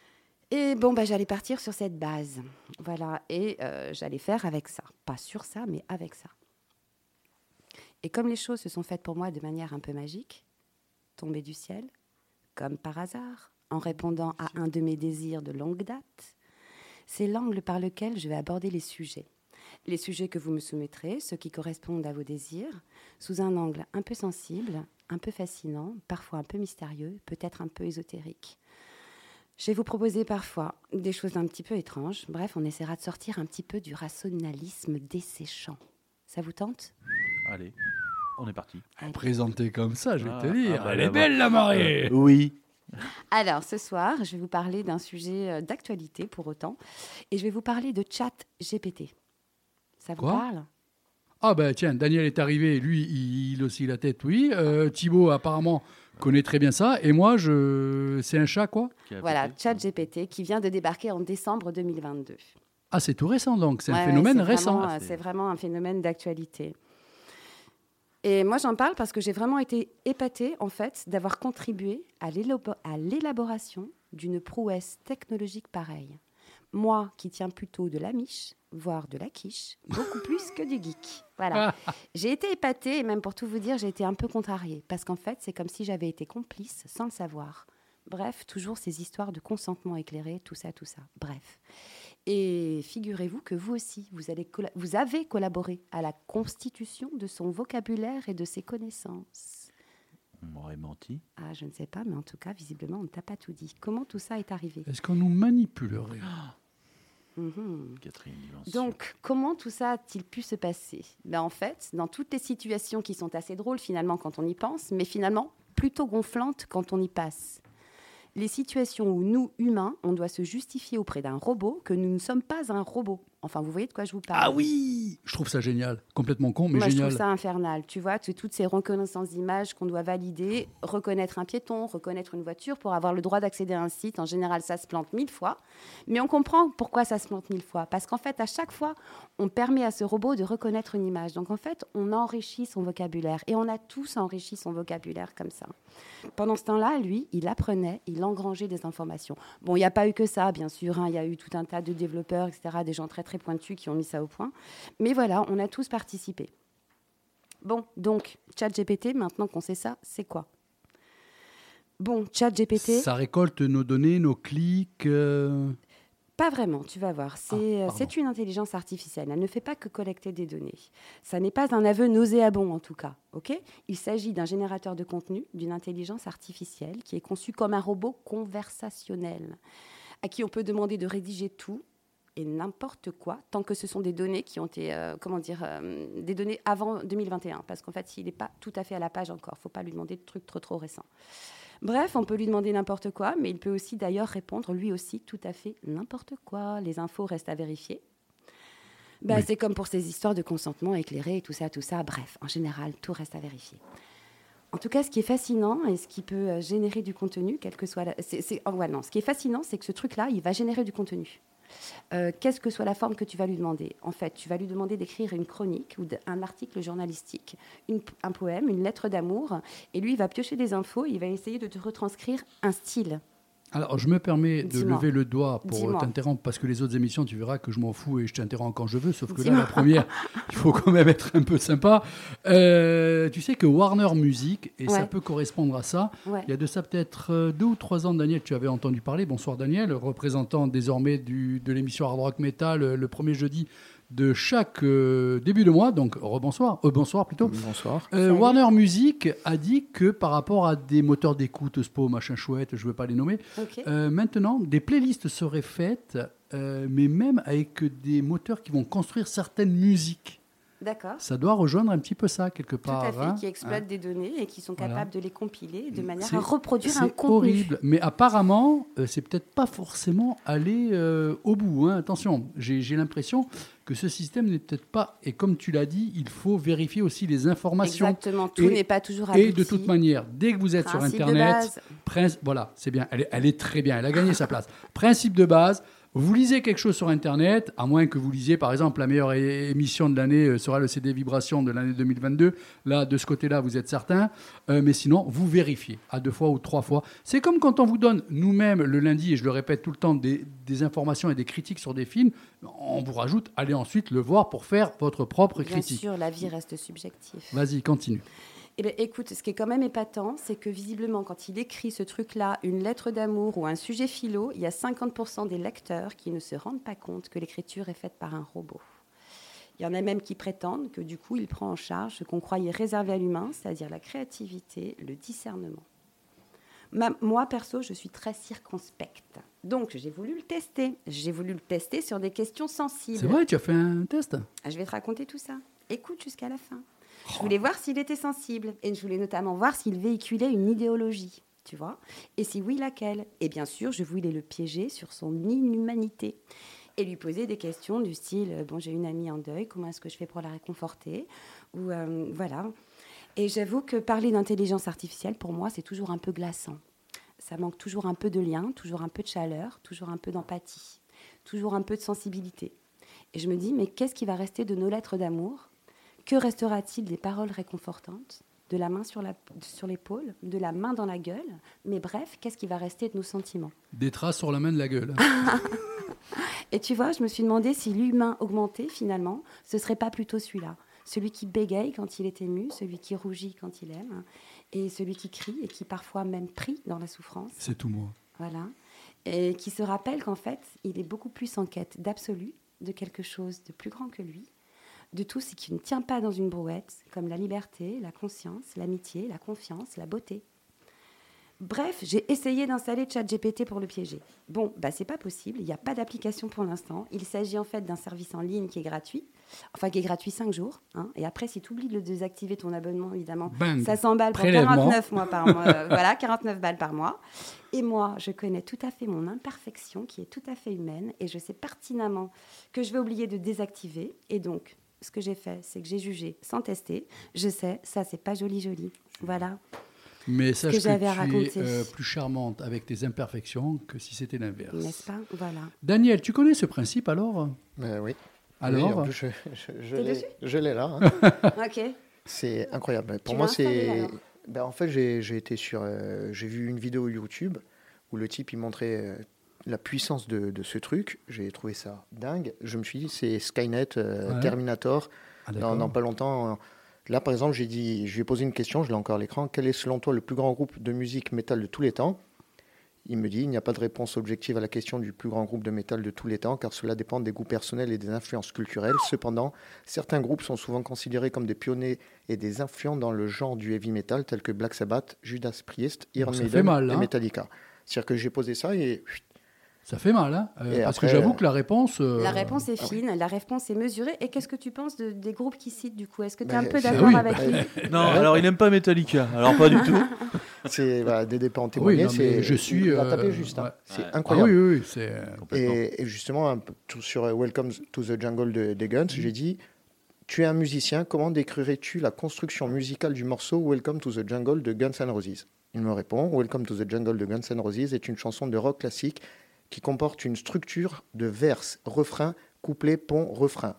Et bon, bah, j'allais partir sur cette base. Voilà. Et j'allais faire avec ça. Pas sur ça, mais avec ça. Et comme les choses se sont faites pour moi de manière un peu magique, tombées du ciel, comme par hasard, en répondant à un de mes désirs de longue date, c'est l'angle par lequel je vais aborder les sujets. Les sujets que vous me soumettrez, ceux qui correspondent à vos désirs, sous un angle un peu sensible, un peu fascinant, parfois un peu mystérieux, peut-être un peu ésotérique. Je vais vous proposer parfois des choses un petit peu étranges. Bref, on essaiera de sortir un petit peu du rationalisme desséchant. Ça vous tente? Allez, on est parti. Présentée comme ça, je vais te Ah, dire. ah bah Elle est là-bas. belle, la marée. Oui. Alors, ce soir, je vais vous parler d'un sujet d'actualité pour autant. Et je vais vous parler de ChatGPT. Ça vous Quoi? parle? Ah ben tiens, Daniel est arrivé, lui, il oscille la tête, oui. Thibaut, apparemment, connaît très bien ça. Et moi, c'est un chat, quoi? Qui a Voilà, pété. ChatGPT qui vient de débarquer en décembre 2022. Ah, c'est tout récent, donc. C'est un Ouais, phénomène c'est récent. vraiment, c'est vraiment un phénomène d'actualité. Et moi, j'en parle parce que j'ai vraiment été épatée, en fait, d'avoir contribué à l'élaboration d'une prouesse technologique pareille. Moi, qui tiens plutôt de la miche, voire de la quiche, beaucoup plus que du geek. Voilà. J'ai été épatée, et même pour tout vous dire, j'ai été un peu contrariée. Parce qu'en fait, c'est comme si j'avais été complice sans le savoir. Bref, toujours ces histoires de consentement éclairé, tout ça, tout ça. Bref. Et figurez-vous que vous aussi, vous avez collaboré à la constitution de son vocabulaire et de ses connaissances. On m'aurait menti. Ah, je ne sais pas, mais en tout cas, visiblement, on ne t'a pas tout dit. Comment tout ça est arrivé? Est-ce qu'on nous manipulerait? Mhm. Quatrième dimension. Donc, comment tout ça a-t-il pu se passer? Ben, en fait, dans toutes les situations qui sont assez drôles finalement quand on y pense, mais finalement plutôt gonflantes quand on y passe. Les situations où nous, humains, on doit se justifier auprès d'un robot que nous ne sommes pas un robot. Enfin, vous voyez de quoi je vous parle? Ah oui! Je trouve ça génial. Complètement con, mais Moi, je génial. trouve ça infernal. Tu vois, toutes ces reconnaissances d'images qu'on doit valider, reconnaître un piéton, reconnaître une voiture pour avoir le droit d'accéder à un site. En général, ça se plante 1000 fois. Mais on comprend pourquoi ça se plante 1000 fois. Parce qu'en fait, à chaque fois, on permet à ce robot de reconnaître une image. Donc, en fait, on enrichit son vocabulaire. Et on a tous enrichi son vocabulaire comme ça. Pendant ce temps-là, lui, il apprenait, il engrangeait des informations. Bon, il n'y a pas eu que ça, bien sûr. Il y a eu tout un tas de développeurs, etc., des gens très, très pointus qui ont mis ça au point. Mais voilà, on a tous participé. Bon, donc, ChatGPT, maintenant qu'on sait ça, c'est quoi? Bon, ChatGPT, Ça récolte nos données, nos clics. Pas vraiment, tu vas voir. pardon. C'est une intelligence artificielle. Elle ne fait pas que collecter des données. Ça n'est pas un aveu nauséabond, en tout cas. Ok ? Il s'agit d'un générateur de contenu, d'une intelligence artificielle qui est conçue comme un robot conversationnel, à qui on peut demander de rédiger tout et n'importe quoi, tant que ce sont des données qui ont été, des données avant 2021. Parce qu'en fait, il n'est pas tout à fait à la page encore. Il ne faut pas lui demander de trucs trop récents. Bref, on peut lui demander n'importe quoi, mais il peut aussi d'ailleurs répondre lui aussi tout à fait n'importe quoi. Les infos restent à vérifier. Oui. C'est comme pour ces histoires de consentement éclairé, tout ça. Bref, en général, tout reste à vérifier. En tout cas, ce qui est fascinant et ce qui peut générer du contenu, quel que soit ce qui est fascinant, c'est que ce truc-là, il va générer du contenu. Qu'est-ce que soit la forme que tu vas lui demander. En fait, tu vas lui demander d'écrire une chronique ou un article journalistique, un poème, une lettre d'amour, et lui, il va piocher des infos, il va essayer de te retranscrire un style. Alors, je me permets de Dis-moi. lever le doigt pour Dis-moi. t'interrompre, parce que les autres émissions, tu verras que je m'en fous et je t'interromps quand je veux, sauf que là, la première, il faut quand même être un peu sympa. Tu sais que Warner Music, et ça Ouais. peut correspondre à ça, Ouais. il y a de ça peut-être 2 ou 3 ans, Daniel, tu avais entendu parler. Bonsoir Daniel, représentant désormais de l'émission Hard Rock Metal, le premier jeudi de chaque début de mois, donc bonsoir plutôt. Bonsoir. Warner Music a dit que par rapport à des moteurs d'écoute, SPO, machin chouette, je ne veux pas les nommer, Ok. maintenant, des playlists seraient faites, mais même avec des moteurs qui vont construire certaines musiques. D'accord. Ça doit rejoindre un petit peu ça, quelque Tout part. à fait, hein. qui exploitent des données et qui sont Voilà. capables de les compiler de manière C'est- à reproduire un C'est contenu. horrible, mais apparemment, c'est peut-être pas forcément aller au bout. Hein. Attention, j'ai l'impression que ce système n'est peut-être pas, et comme tu l'as dit, il faut vérifier aussi les informations. Exactement, tout Et- n'est pas toujours abouti. Et de toute manière, dès que vous êtes sur Principe de Internet, base. voilà, c'est bien, elle est très bien, elle a gagné sa place. Principe de base, vous lisez quelque chose sur Internet, à moins que vous lisiez, par exemple, la meilleure émission de l'année sera le CD Vibration de l'année 2022. Là, de ce côté-là, vous êtes certain. Mais sinon, vous vérifiez à 2 fois ou 3 fois. C'est comme quand on vous donne nous-mêmes le lundi, et je le répète tout le temps, des informations et des critiques sur des films. On vous rajoute, allez ensuite le voir pour faire votre propre Bien critique. sûr, la vie reste subjective. Vas-y, continue. Eh bien, écoute, ce qui est quand même épatant, c'est que visiblement, quand il écrit ce truc-là, une lettre d'amour ou un sujet philo, il y a 50% des lecteurs qui ne se rendent pas compte que l'écriture est faite par un robot. Il y en a même qui prétendent que du coup, il prend en charge ce qu'on croyait réservé à l'humain, c'est-à-dire la créativité, le discernement. Moi, perso, je suis très circonspecte. Donc, j'ai voulu le tester. J'ai voulu le tester sur des questions sensibles. C'est vrai, tu as fait un test? Je vais te raconter tout ça. Écoute jusqu'à la fin. Je voulais voir s'il était sensible. Et je voulais notamment voir s'il véhiculait une idéologie, tu vois. Et si oui, laquelle? Et bien sûr, je voulais le piéger sur son inhumanité. Et lui poser des questions du style, bon, j'ai une amie en deuil, comment est-ce que je fais pour la réconforter? Ou voilà. Et j'avoue que parler d'intelligence artificielle, pour moi, c'est toujours un peu glaçant. Ça manque toujours un peu de lien, toujours un peu de chaleur, toujours un peu d'empathie, toujours un peu de sensibilité. Et je me dis, mais qu'est-ce qui va rester de nos lettres d'amour? Que restera-t-il des paroles réconfortantes, de la main sur l'épaule, de la main dans la gueule? Mais bref, qu'est-ce qui va rester de nos sentiments? Des traces sur la main de la gueule. Et tu vois, je me suis demandé si l'humain augmenté, finalement, ce serait pas plutôt celui-là. Celui qui bégaye quand il est ému, celui qui rougit quand il aime, et celui qui crie et qui parfois même prie dans la souffrance. C'est tout moi. Voilà. Et qui se rappelle qu'en fait, il est beaucoup plus en quête d'absolu, de quelque chose de plus grand que lui, de tout ce qui ne tient pas dans une brouette, comme la liberté, la conscience, l'amitié, la confiance, la beauté. Bref, j'ai essayé d'installer ChatGPT pour le piéger. Bon, c'est pas possible, il n'y a pas d'application pour l'instant. Il s'agit en fait d'un service en ligne qui est gratuit, enfin qui est gratuit 5 jours. Hein, et après, si tu oublies de désactiver ton abonnement, évidemment, Bang. ça s'emballe pour Prélèvement. 49 mois par mois. Voilà, 49 balles par mois. Et moi, je connais tout à fait mon imperfection qui est tout à fait humaine et je sais pertinemment que je vais oublier de désactiver. Et donc, ce que j'ai fait, c'est que j'ai jugé sans tester. Je sais, ça, c'est pas joli. Voilà. Mais sache que que, j'avais à tu raconter. es plus charmante avec tes imperfections que si c'était l'inverse. N'est-ce pas? Voilà. Daniel, tu connais ce principe alors? Oui. Alors Oui, en plus, T'es dessus je l'ai là. hein. Ok. C'est incroyable. Pour Tu moi, l'as installé, c'est. alors En fait, j'ai été sur. J'ai vu une vidéo YouTube où le type il montrait la puissance de ce truc. J'ai trouvé ça dingue. Je me suis dit, c'est Skynet, Ouais. Terminator. Ah, d'accord. Dans pas longtemps. Là, par exemple, je lui ai posé une question, je l'ai encore à l'écran. Quel est selon toi le plus grand groupe de musique métal de tous les temps? Il me dit, il n'y a pas de réponse objective à la question du plus grand groupe de métal de tous les temps, car cela dépend des goûts personnels et des influences culturelles. Cependant, certains groupes sont souvent considérés comme des pionniers et des influents dans le genre du heavy metal, tels que Black Sabbath, Judas Priest, Iron Ça fait Maiden mal, et hein. Metallica. C'est-à-dire que j'ai posé ça et Ça fait mal, hein, Et parce après, que j'avoue que la réponse... La réponse est fine, la réponse est mesurée. Et qu'est-ce que tu penses des groupes qui citent du coup? Est-ce que tu es un Mais peu c'est- d'accord oui, avec lui? Non, alors il n'aime pas Metallica. Alors pas du tout. c'est voilà, Dédé peut en Oui, témoigner. non, mais c'est je suis... il a tapé juste. ouais. Hein. C'est Ouais. Ah incroyable. oui, oui, oui, c'est... Complètement. Et justement, un peu tout sur Welcome to the Jungle des Guns, j'ai dit, tu es un musicien, comment décrirais-tu la construction musicale du morceau Welcome to the Jungle de Guns N' Roses? Il me répond, Welcome to the Jungle de Guns N' Roses est une chanson de rock classique qui comporte une structure de verse, refrain, couplet, pont, refrain.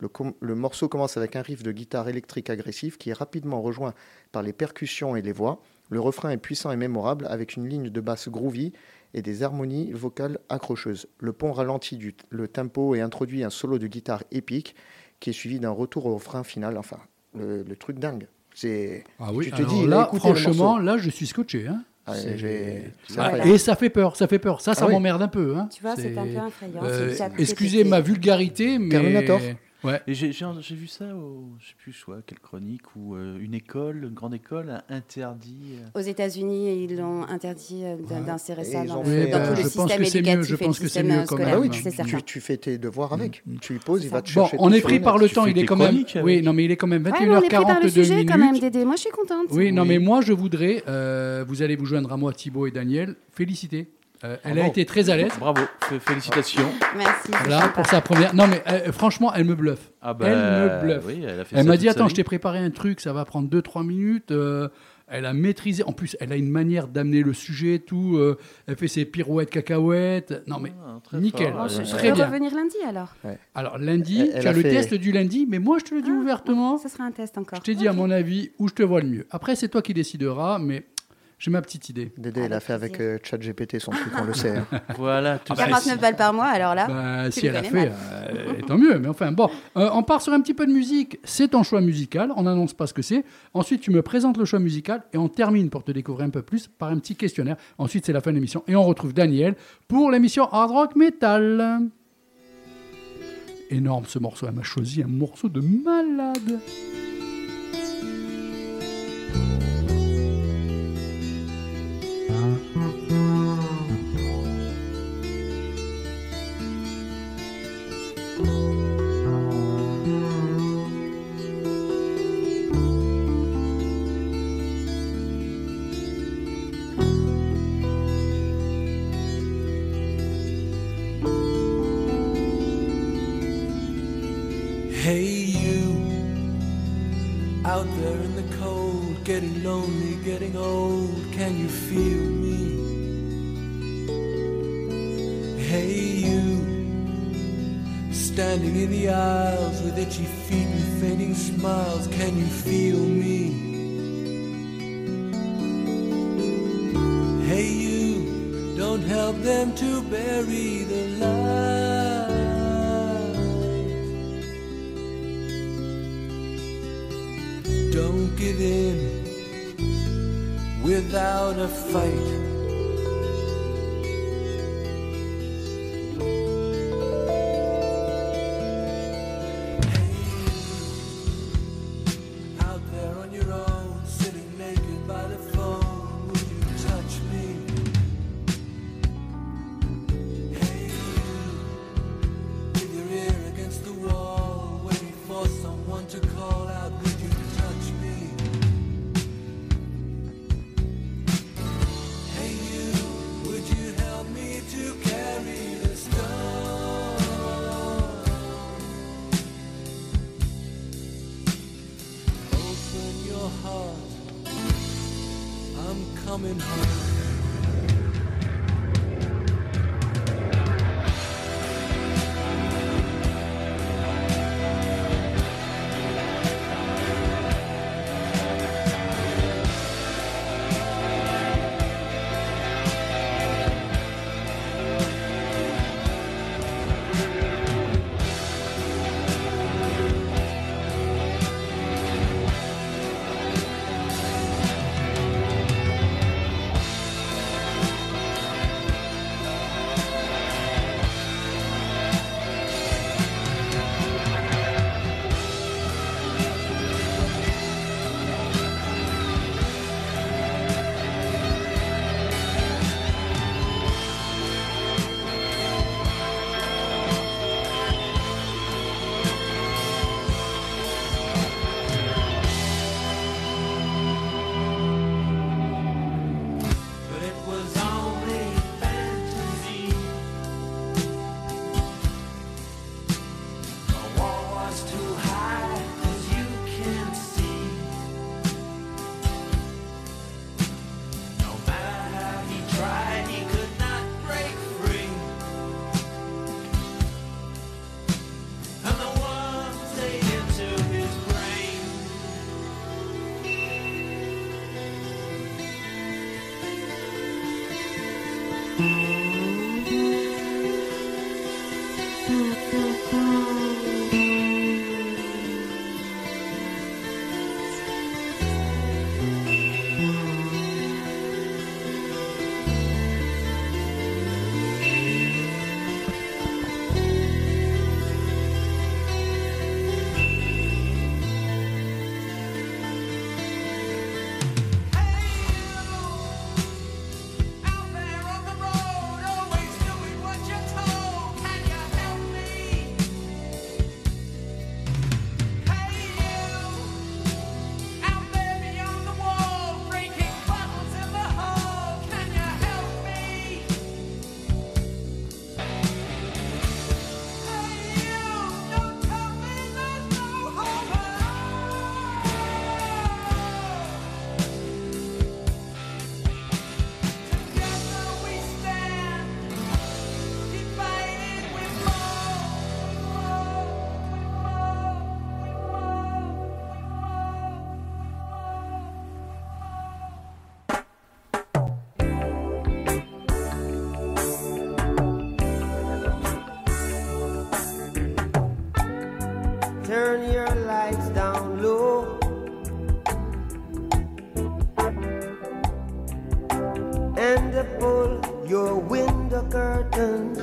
Le morceau commence avec un riff de guitare électrique agressif qui est rapidement rejoint par les percussions et les voix. Le refrain est puissant et mémorable avec une ligne de basse groovy et des harmonies vocales accrocheuses. Le pont ralentit le tempo et introduit un solo de guitare épique qui est suivi d'un retour au refrain final. Enfin, le truc dingue. C'est... Ah oui, Tu te alors dis, là, écoutez le franchement, morceau. là, je suis scotché. Hein. Ah, C'est- c'est Voilà. incroyable. Et ça fait peur, ça fait peur. Ça Ah oui. m'emmerde un peu. Hein. Tu vois, c'est un peu effrayant. Euh, c'est déjà excusez pété. ma vulgarité, mais... Terminator. Ouais. Et j'ai vu ça, je sais plus quelle chronique, où une grande école a interdit. Aux États-Unis, ils l'ont interdit d'insérer Et ça ils dans, ont le- fait, dans bah, tout le je pense système que c'est mieux, éducatif je et le pense que c'est système mieux quand scolaire. Ah oui, même. c'est certain. tu fais tes devoirs avec. Tu lui poses, il va te Bon, chercher. on tout est sur pris le par net. le Tu temps, fais il est tes quand même... chroniques avec. Oui, non, mais il est quand même Ouais, mais on est pris par le 21h42 sujet minutes. quand même, Dédé. Moi, je suis contente. Oui, non, Oui. mais moi, je voudrais... vous allez vous joindre à moi, Thibaut et Daniel. Féliciter. Elle a Bravo. été très à l'aise. Bravo, félicitations. Merci. c'est Voilà, sympa. pour sa première... Non, mais franchement, elle me bluffe. Ah bah, Elle me bluffe. oui, elle a fait Elle ça m'a toute dit, sa attends, vie. je t'ai préparé un truc, ça va prendre 2-3 minutes. Elle a maîtrisé. En plus, elle a une manière d'amener le sujet, tout. Elle fait ses pirouettes, cacahuètes. Non, mais Ah, très nickel. fort, Je ouais. Très peux bien. revenir lundi alors. Alors, lundi, Elle tu as a le fait- test du lundi, mais moi, je te le dis ouvertement. Ça sera un test encore. Je t'ai dit, à mon avis, où je te vois le mieux. Après, c'est toi qui décideras, mais j'ai ma petite idée. Dédé, il a fait avec plaisir. ChatGPT son truc, on le sait. hein. Voilà, tout ça. 49 balles par mois, alors là. Bah, tu si le elle a connais fait, tant mieux. Mais enfin, bon, on part sur un petit peu de musique. C'est ton choix musical. On n'annonce pas ce que c'est. Ensuite, tu me présentes le choix musical et on termine pour te découvrir un peu plus par un petit questionnaire. Ensuite, c'est la fin de l'émission et on retrouve Daniel pour l'émission Hard Rock Metal. Énorme ce morceau. Elle m'a choisi un morceau de malade. Hey you, out there in the cold, getting lonely, getting old, can you feel me? Hey you, standing in the aisles with itchy feet and fading smiles, can you feel me? Hey you, don't help them to bury the light. Don't give in without a fight. Out there on your own, sitting naked by the phone, would you touch me? Hey, with your ear against the wall, waiting for someone to call out, would you touch me? Hey, would you help me to carry the stone? Open your heart, I'm coming home. Turn your lights down low and pull your window curtains.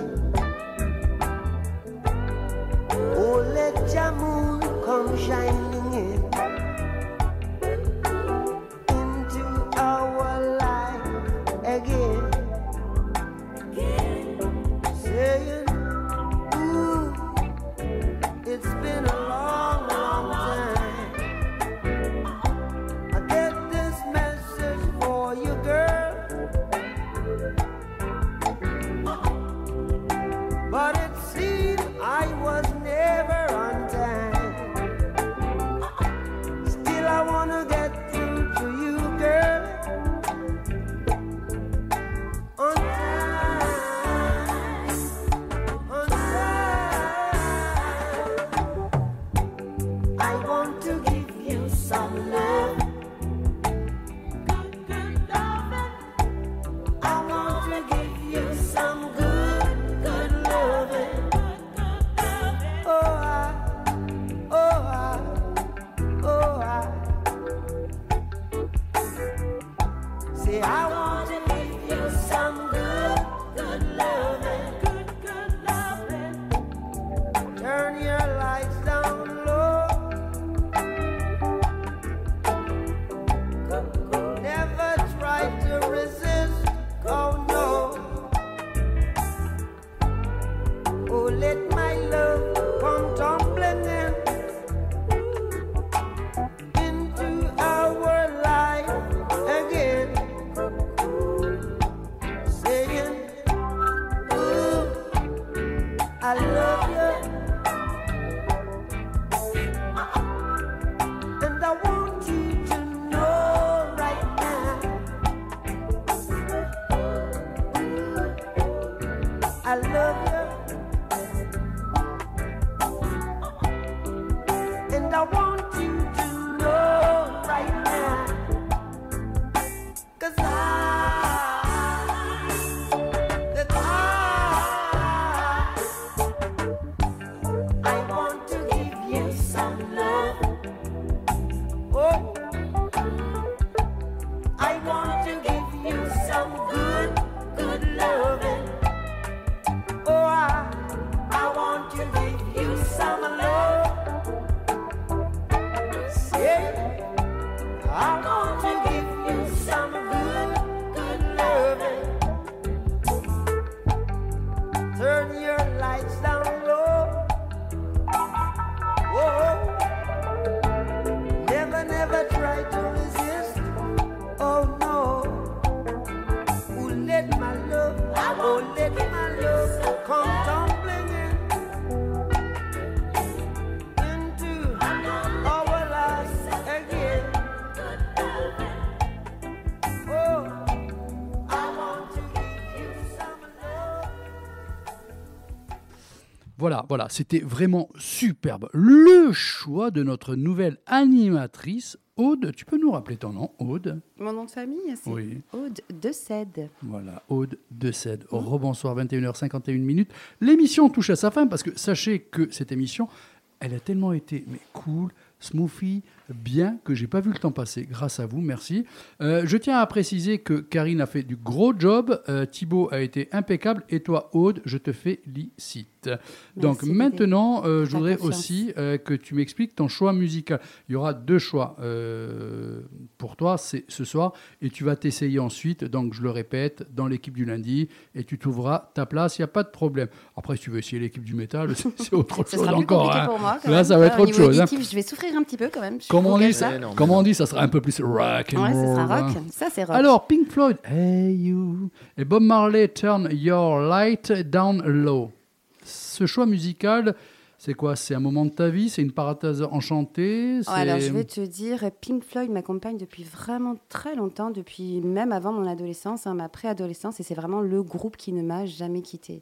Oh, let your moon come shining in into our life again, saying, ooh, it's been a long, long time. I get this message for you, girl, but it seemed I was never on time. Still I wanna get through to you, girl, on time, on time. I want to give you some love, good, good loving. I want to give you some good, good loving. Oh, say I want to give you some good, good loving, good, good loving. Turn your lights down low. Never try to resist, oh no. Oh, let my love come tumbling into our life again, saying, ooh, I love you, and I want you to know right now, I love you, and I want you to know right now, 'cause I want to give you some love. Oh, I want to give you some good, good loving. Oh, Voilà, c'était vraiment superbe. Le choix de notre nouvelle animatrice, Aude. Tu peux nous rappeler ton nom, Aude? Mon nom de famille, c'est Oui. Aude de Cède. Voilà, Aude de Cède. Rebonsoir, 21h51. L'émission touche à sa fin parce que sachez que cette émission, elle a tellement été cool, smoothie, bien que j'ai pas vu le temps passer. Grâce à vous, merci. Je tiens à préciser que Karine a fait du gros job, Thibaut a été impeccable et toi, Aude, je te félicite. Donc Dédé. maintenant, je Ta voudrais confiance. aussi que tu m'expliques ton choix musical. Il y aura 2 choix pour toi, c'est ce soir, et tu vas t'essayer ensuite. Donc je le répète, dans l'équipe du lundi, et tu trouveras ta place. Il n'y a pas de problème. Après, si tu veux essayer l'équipe du métal, c'est autre Ce chose sera plus encore. compliqué hein. pour moi. quand Là, même. ça va être Au autre niveau chose. hein. auditif, je vais souffrir un petit peu quand même. Comme on dit, ça. ça sera un peu plus rock and Ouais, roll. ce sera hein. rock. Ça, c'est rock. Alors, Pink Floyd, Hey You, et Bob Marley, Turn Your Light Down Low. Ce choix musical, c'est quoi? C'est un moment de ta vie? C'est une parenthèse enchantée? Oh, alors, je vais te dire, Pink Floyd m'accompagne depuis vraiment très longtemps, depuis même avant mon adolescence, ma préadolescence, et c'est vraiment le groupe qui ne m'a jamais quitté.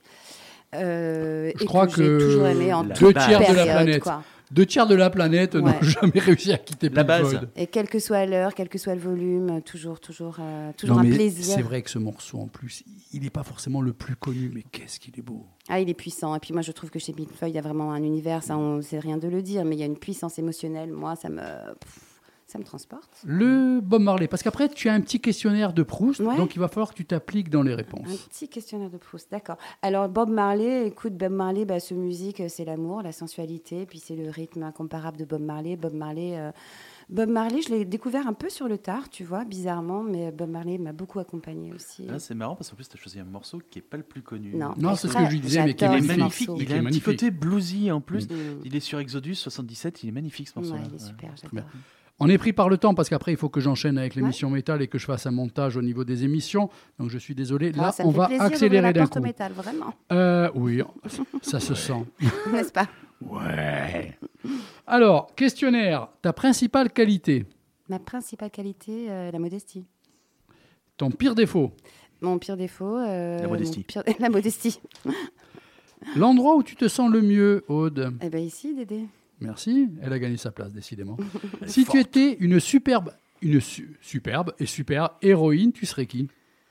Je crois j'ai toujours aimé en la toute 2 tiers de la période, planète. quoi. 2 tiers de la planète n'ont Ouais. jamais réussi à quitter La Pink base. Floyd. Et quelle que soit l'heure, quel que soit le volume, toujours Non, un mais plaisir. c'est vrai que ce morceau, en plus, il n'est pas forcément le plus connu, mais qu'est-ce qu'il est beau. Ah, il est puissant. Et puis moi, je trouve que chez Pink Floyd, il y a vraiment un univers, ça, c'est rien de le dire, mais il y a une puissance émotionnelle. Moi, ça me transporte. Le Bob Marley, parce qu'après, tu as un petit questionnaire de Proust, Ouais. donc il va falloir que tu t'appliques dans les Un réponses. petit questionnaire de Proust, d'accord. Alors, Bob Marley, écoute, Bob Marley, ce musique, c'est l'amour, la sensualité, puis c'est le rythme incomparable de Bob Marley. Bob Marley, je l'ai découvert un peu sur le tard, tu vois, bizarrement, mais Bob Marley m'a beaucoup accompagné aussi. Ah, c'est marrant parce qu'en plus, tu as choisi un morceau qui n'est pas le plus connu. Non. Non, c'est ce que je lui disais, mais qui est J'adore Il est ce magnifique. morceau. Il a un petit magnifique. côté bluesy en plus. Mm. Il est sur Exodus 77. Il est magnifique ce morceau. Ouais, il est super, j'adore. bien. On est pris par le temps parce qu'après, il faut que j'enchaîne avec l'émission métal et que je fasse un montage au niveau des émissions. Donc, je suis désolé. Là, Ah, ça me on fait va plaisir d'ouvrir accélérer la d'un porte coup. au métal, vraiment. Oui, ça se sent. N'est-ce pas? Ouais. Alors, questionnaire. Ta principale qualité, Ma principale qualité, la modestie. ton pire défaut, Mon pire défaut, La modestie. La modestie. l'endroit où tu te sens le mieux, Aude. Eh bien, ici, Dédé. Merci, elle a gagné sa place, décidément. Si tu étais une superbe et super héroïne, tu serais qui?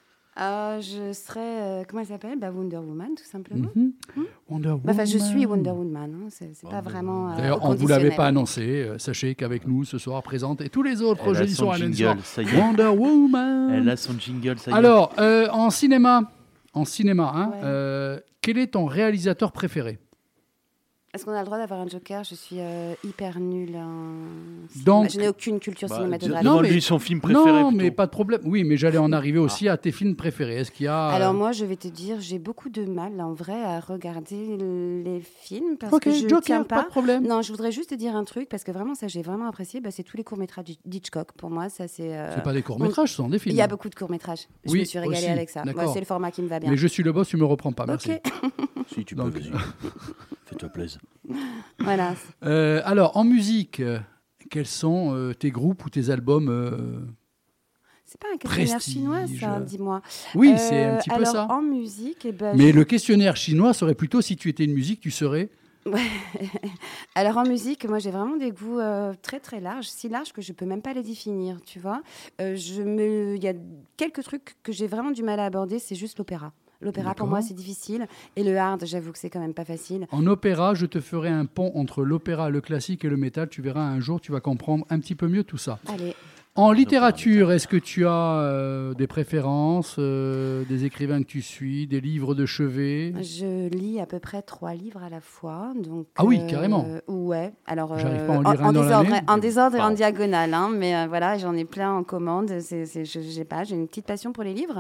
Je serais, comment elle s'appelle? Wonder Woman, tout simplement. Wonder Woman. Enfin, je suis Wonder Woman. Hein. C'est pas vraiment. D'ailleurs, on ne vous l'avait pas annoncé. Sachez qu'avec nous, ce soir, présente et tous les autres Elle a jeudis son soirs à lundi jingle, soir, ça y est. Wonder Woman. Elle a son jingle, ça y est. Alors, en cinéma, hein, Ouais. quel est ton réalisateur préféré? Est-ce qu'on a le droit d'avoir un joker? Je suis hyper nulle. Donc- Je n'ai aucune culture cinématographique. Non, Demande-lui mais- son film préféré. Non, plutôt. mais pas de problème. Oui, mais j'allais en arriver aussi à tes films préférés. Est-ce qu'il y a... Alors moi, je vais te dire, j'ai beaucoup de mal en vrai à regarder les films parce Ok, que je Joker, tiens pas de problème. Non, je voudrais juste te dire un truc parce que vraiment ça, j'ai vraiment apprécié. C'est tous les courts-métrages d'Hitchcock. Pour moi, ça c'est. C'est pas des courts-métrages, ce sont des films. Il y a beaucoup de courts-métrages. Je Oui, me suis régalée aussi. avec ça. D'accord. C'est le format qui me va bien. Mais je suis le boss, tu me reprends pas, merci. Ok, Si tu peux, Donc- vas-y. Fais-toi plaisir. voilà. Alors, en musique, quels sont tes groupes ou tes albums C'est pas un questionnaire Prestige. chinois, ça, dis-moi. Oui, c'est un petit peu alors, ça. en musique, eh ben, Mais le questionnaire chinois serait plutôt si tu étais une musique, tu serais... Alors en musique, moi j'ai vraiment des goûts très très larges, si larges que je peux même pas les définir, tu vois. Il y a quelques trucs que j'ai vraiment du mal à aborder, c'est juste l'opéra. L'opéra pour D'accord. moi c'est difficile et le hard, j'avoue que c'est quand même pas facile. En opéra, je te ferai un pont entre l'opéra, le classique et le métal. Tu verras un jour, tu vas comprendre un petit peu mieux tout ça. Allez, En littérature, est-ce que tu as des préférences, des écrivains que tu suis, des livres de chevet? je lis à peu près 3 livres à la fois, donc. Ah oui, carrément. Ouais. Alors. J'arrive pas à en lire un dans désordre, l'année. en désordre et en Wow. diagonale, hein, mais voilà, j'en ai plein en commande. J'ai une petite passion pour les livres.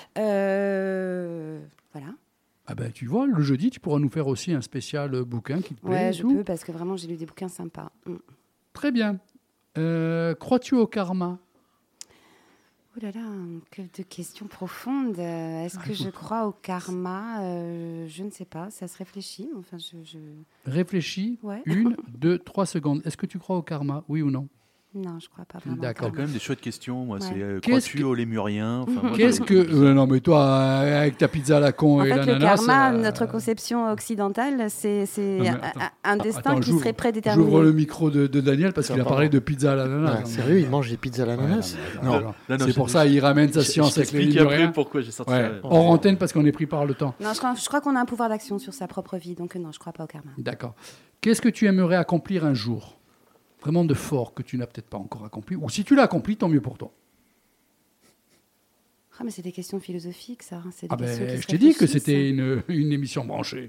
Voilà. Ah ben, tu vois, le jeudi, tu pourras nous faire aussi un spécial bouquin qui te plaît. Ouais, et je tout. peux parce que vraiment j'ai lu des bouquins sympas. Très bien. Crois-tu au karma? Oh là là, que de questions profondes. Est-ce que je crois au karma? Je ne sais pas, ça se réfléchit. Enfin, Réfléchis. Ouais. 1, 2, 3 secondes. Est-ce que tu crois au karma? Oui ou non? Non, je crois pas vraiment. Il y a D'accord. quand même des chouettes questions. Moi, Ouais. c'est Qu'est-ce crois-tu que- aux lémuriens? Enfin, moi, Qu'est-ce j'ai- que... non, mais toi, avec ta pizza à la con En et fait, le l'ananas... karma, notre conception occidentale, c'est Non, mais un- attends. un destin Attends, qui serait prédéterminé. J'ouvre le micro de Daniel parce Ça qu'il a va, parlé pardon. de pizza à l'ananas. Ouais, sérieux, il mange des pizzas à l'ananas? Non, Non, c'est je- pour ça il ramène sa je science avec les t'explique lémuriens. après pourquoi j'ai sorti Ouais. ça. Hors antenne parce qu'on est pris par le temps. Non, je crois qu'on a un pouvoir d'action sur sa propre vie, donc non, je crois pas au karma. D'accord. Qu'est-ce que tu aimerais accomplir un jour? Vraiment de fort que tu n'as peut-être pas encore accompli. Ou si tu l'as accompli, tant mieux pour toi. Ah, mais c'est des questions philosophiques, ça. C'est des Ah questions qui ben, se je t'ai dit que réfléchissent. c'était une émission branchée.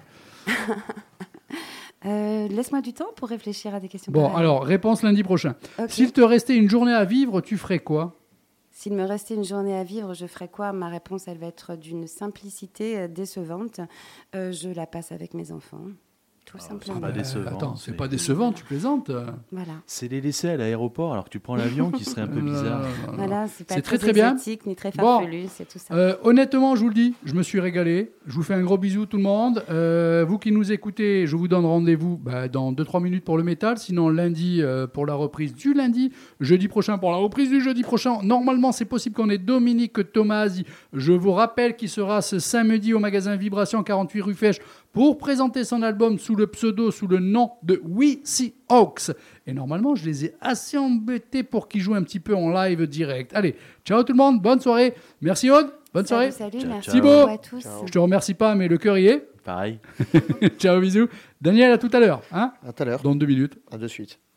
Laisse-moi du temps pour réfléchir à des questions. Bon, pareilles. alors, réponse lundi prochain. Ok. S'il te restait une journée à vivre, tu ferais quoi? S'il me restait une journée à vivre, je ferais quoi? Ma réponse, elle va être d'une simplicité décevante. Je la passe avec mes enfants, tout simplement. pas décevant, Attends, c'est c'est- pas décevant, tu plaisantes. Voilà. C'est les laisser à l'aéroport alors que tu prends l'avion qui serait un peu bizarre. Voilà, c'est pas C'est très, très, très bien. exotique ni très Bon. farfelu, c'est tout ça. Honnêtement, je vous le dis, je me suis régalé. Je vous fais un gros bisou tout le monde. Vous qui nous écoutez, je vous donne rendez-vous dans 2-3 minutes pour le métal. Sinon, lundi pour la reprise du lundi. Jeudi prochain pour la reprise du jeudi prochain. Normalement, c'est possible qu'on ait Dominique Tomasi. Je vous rappelle qu'il sera ce samedi au magasin Vibration 48 rue Fèche pour présenter son album sous le nom de We See Hawks. Et normalement, je les ai assez embêtés pour qu'ils jouent un petit peu en live direct. Allez, ciao tout le monde, bonne soirée. Merci Aude, bonne soirée. Salut, Ciao, merci ciao. beaucoup à tous. Je te remercie pas, mais le cœur y est. Pareil. Ciao, bisous. Daniel, à tout à l'heure. Hein À tout à l'heure. dans 2 minutes. À de suite.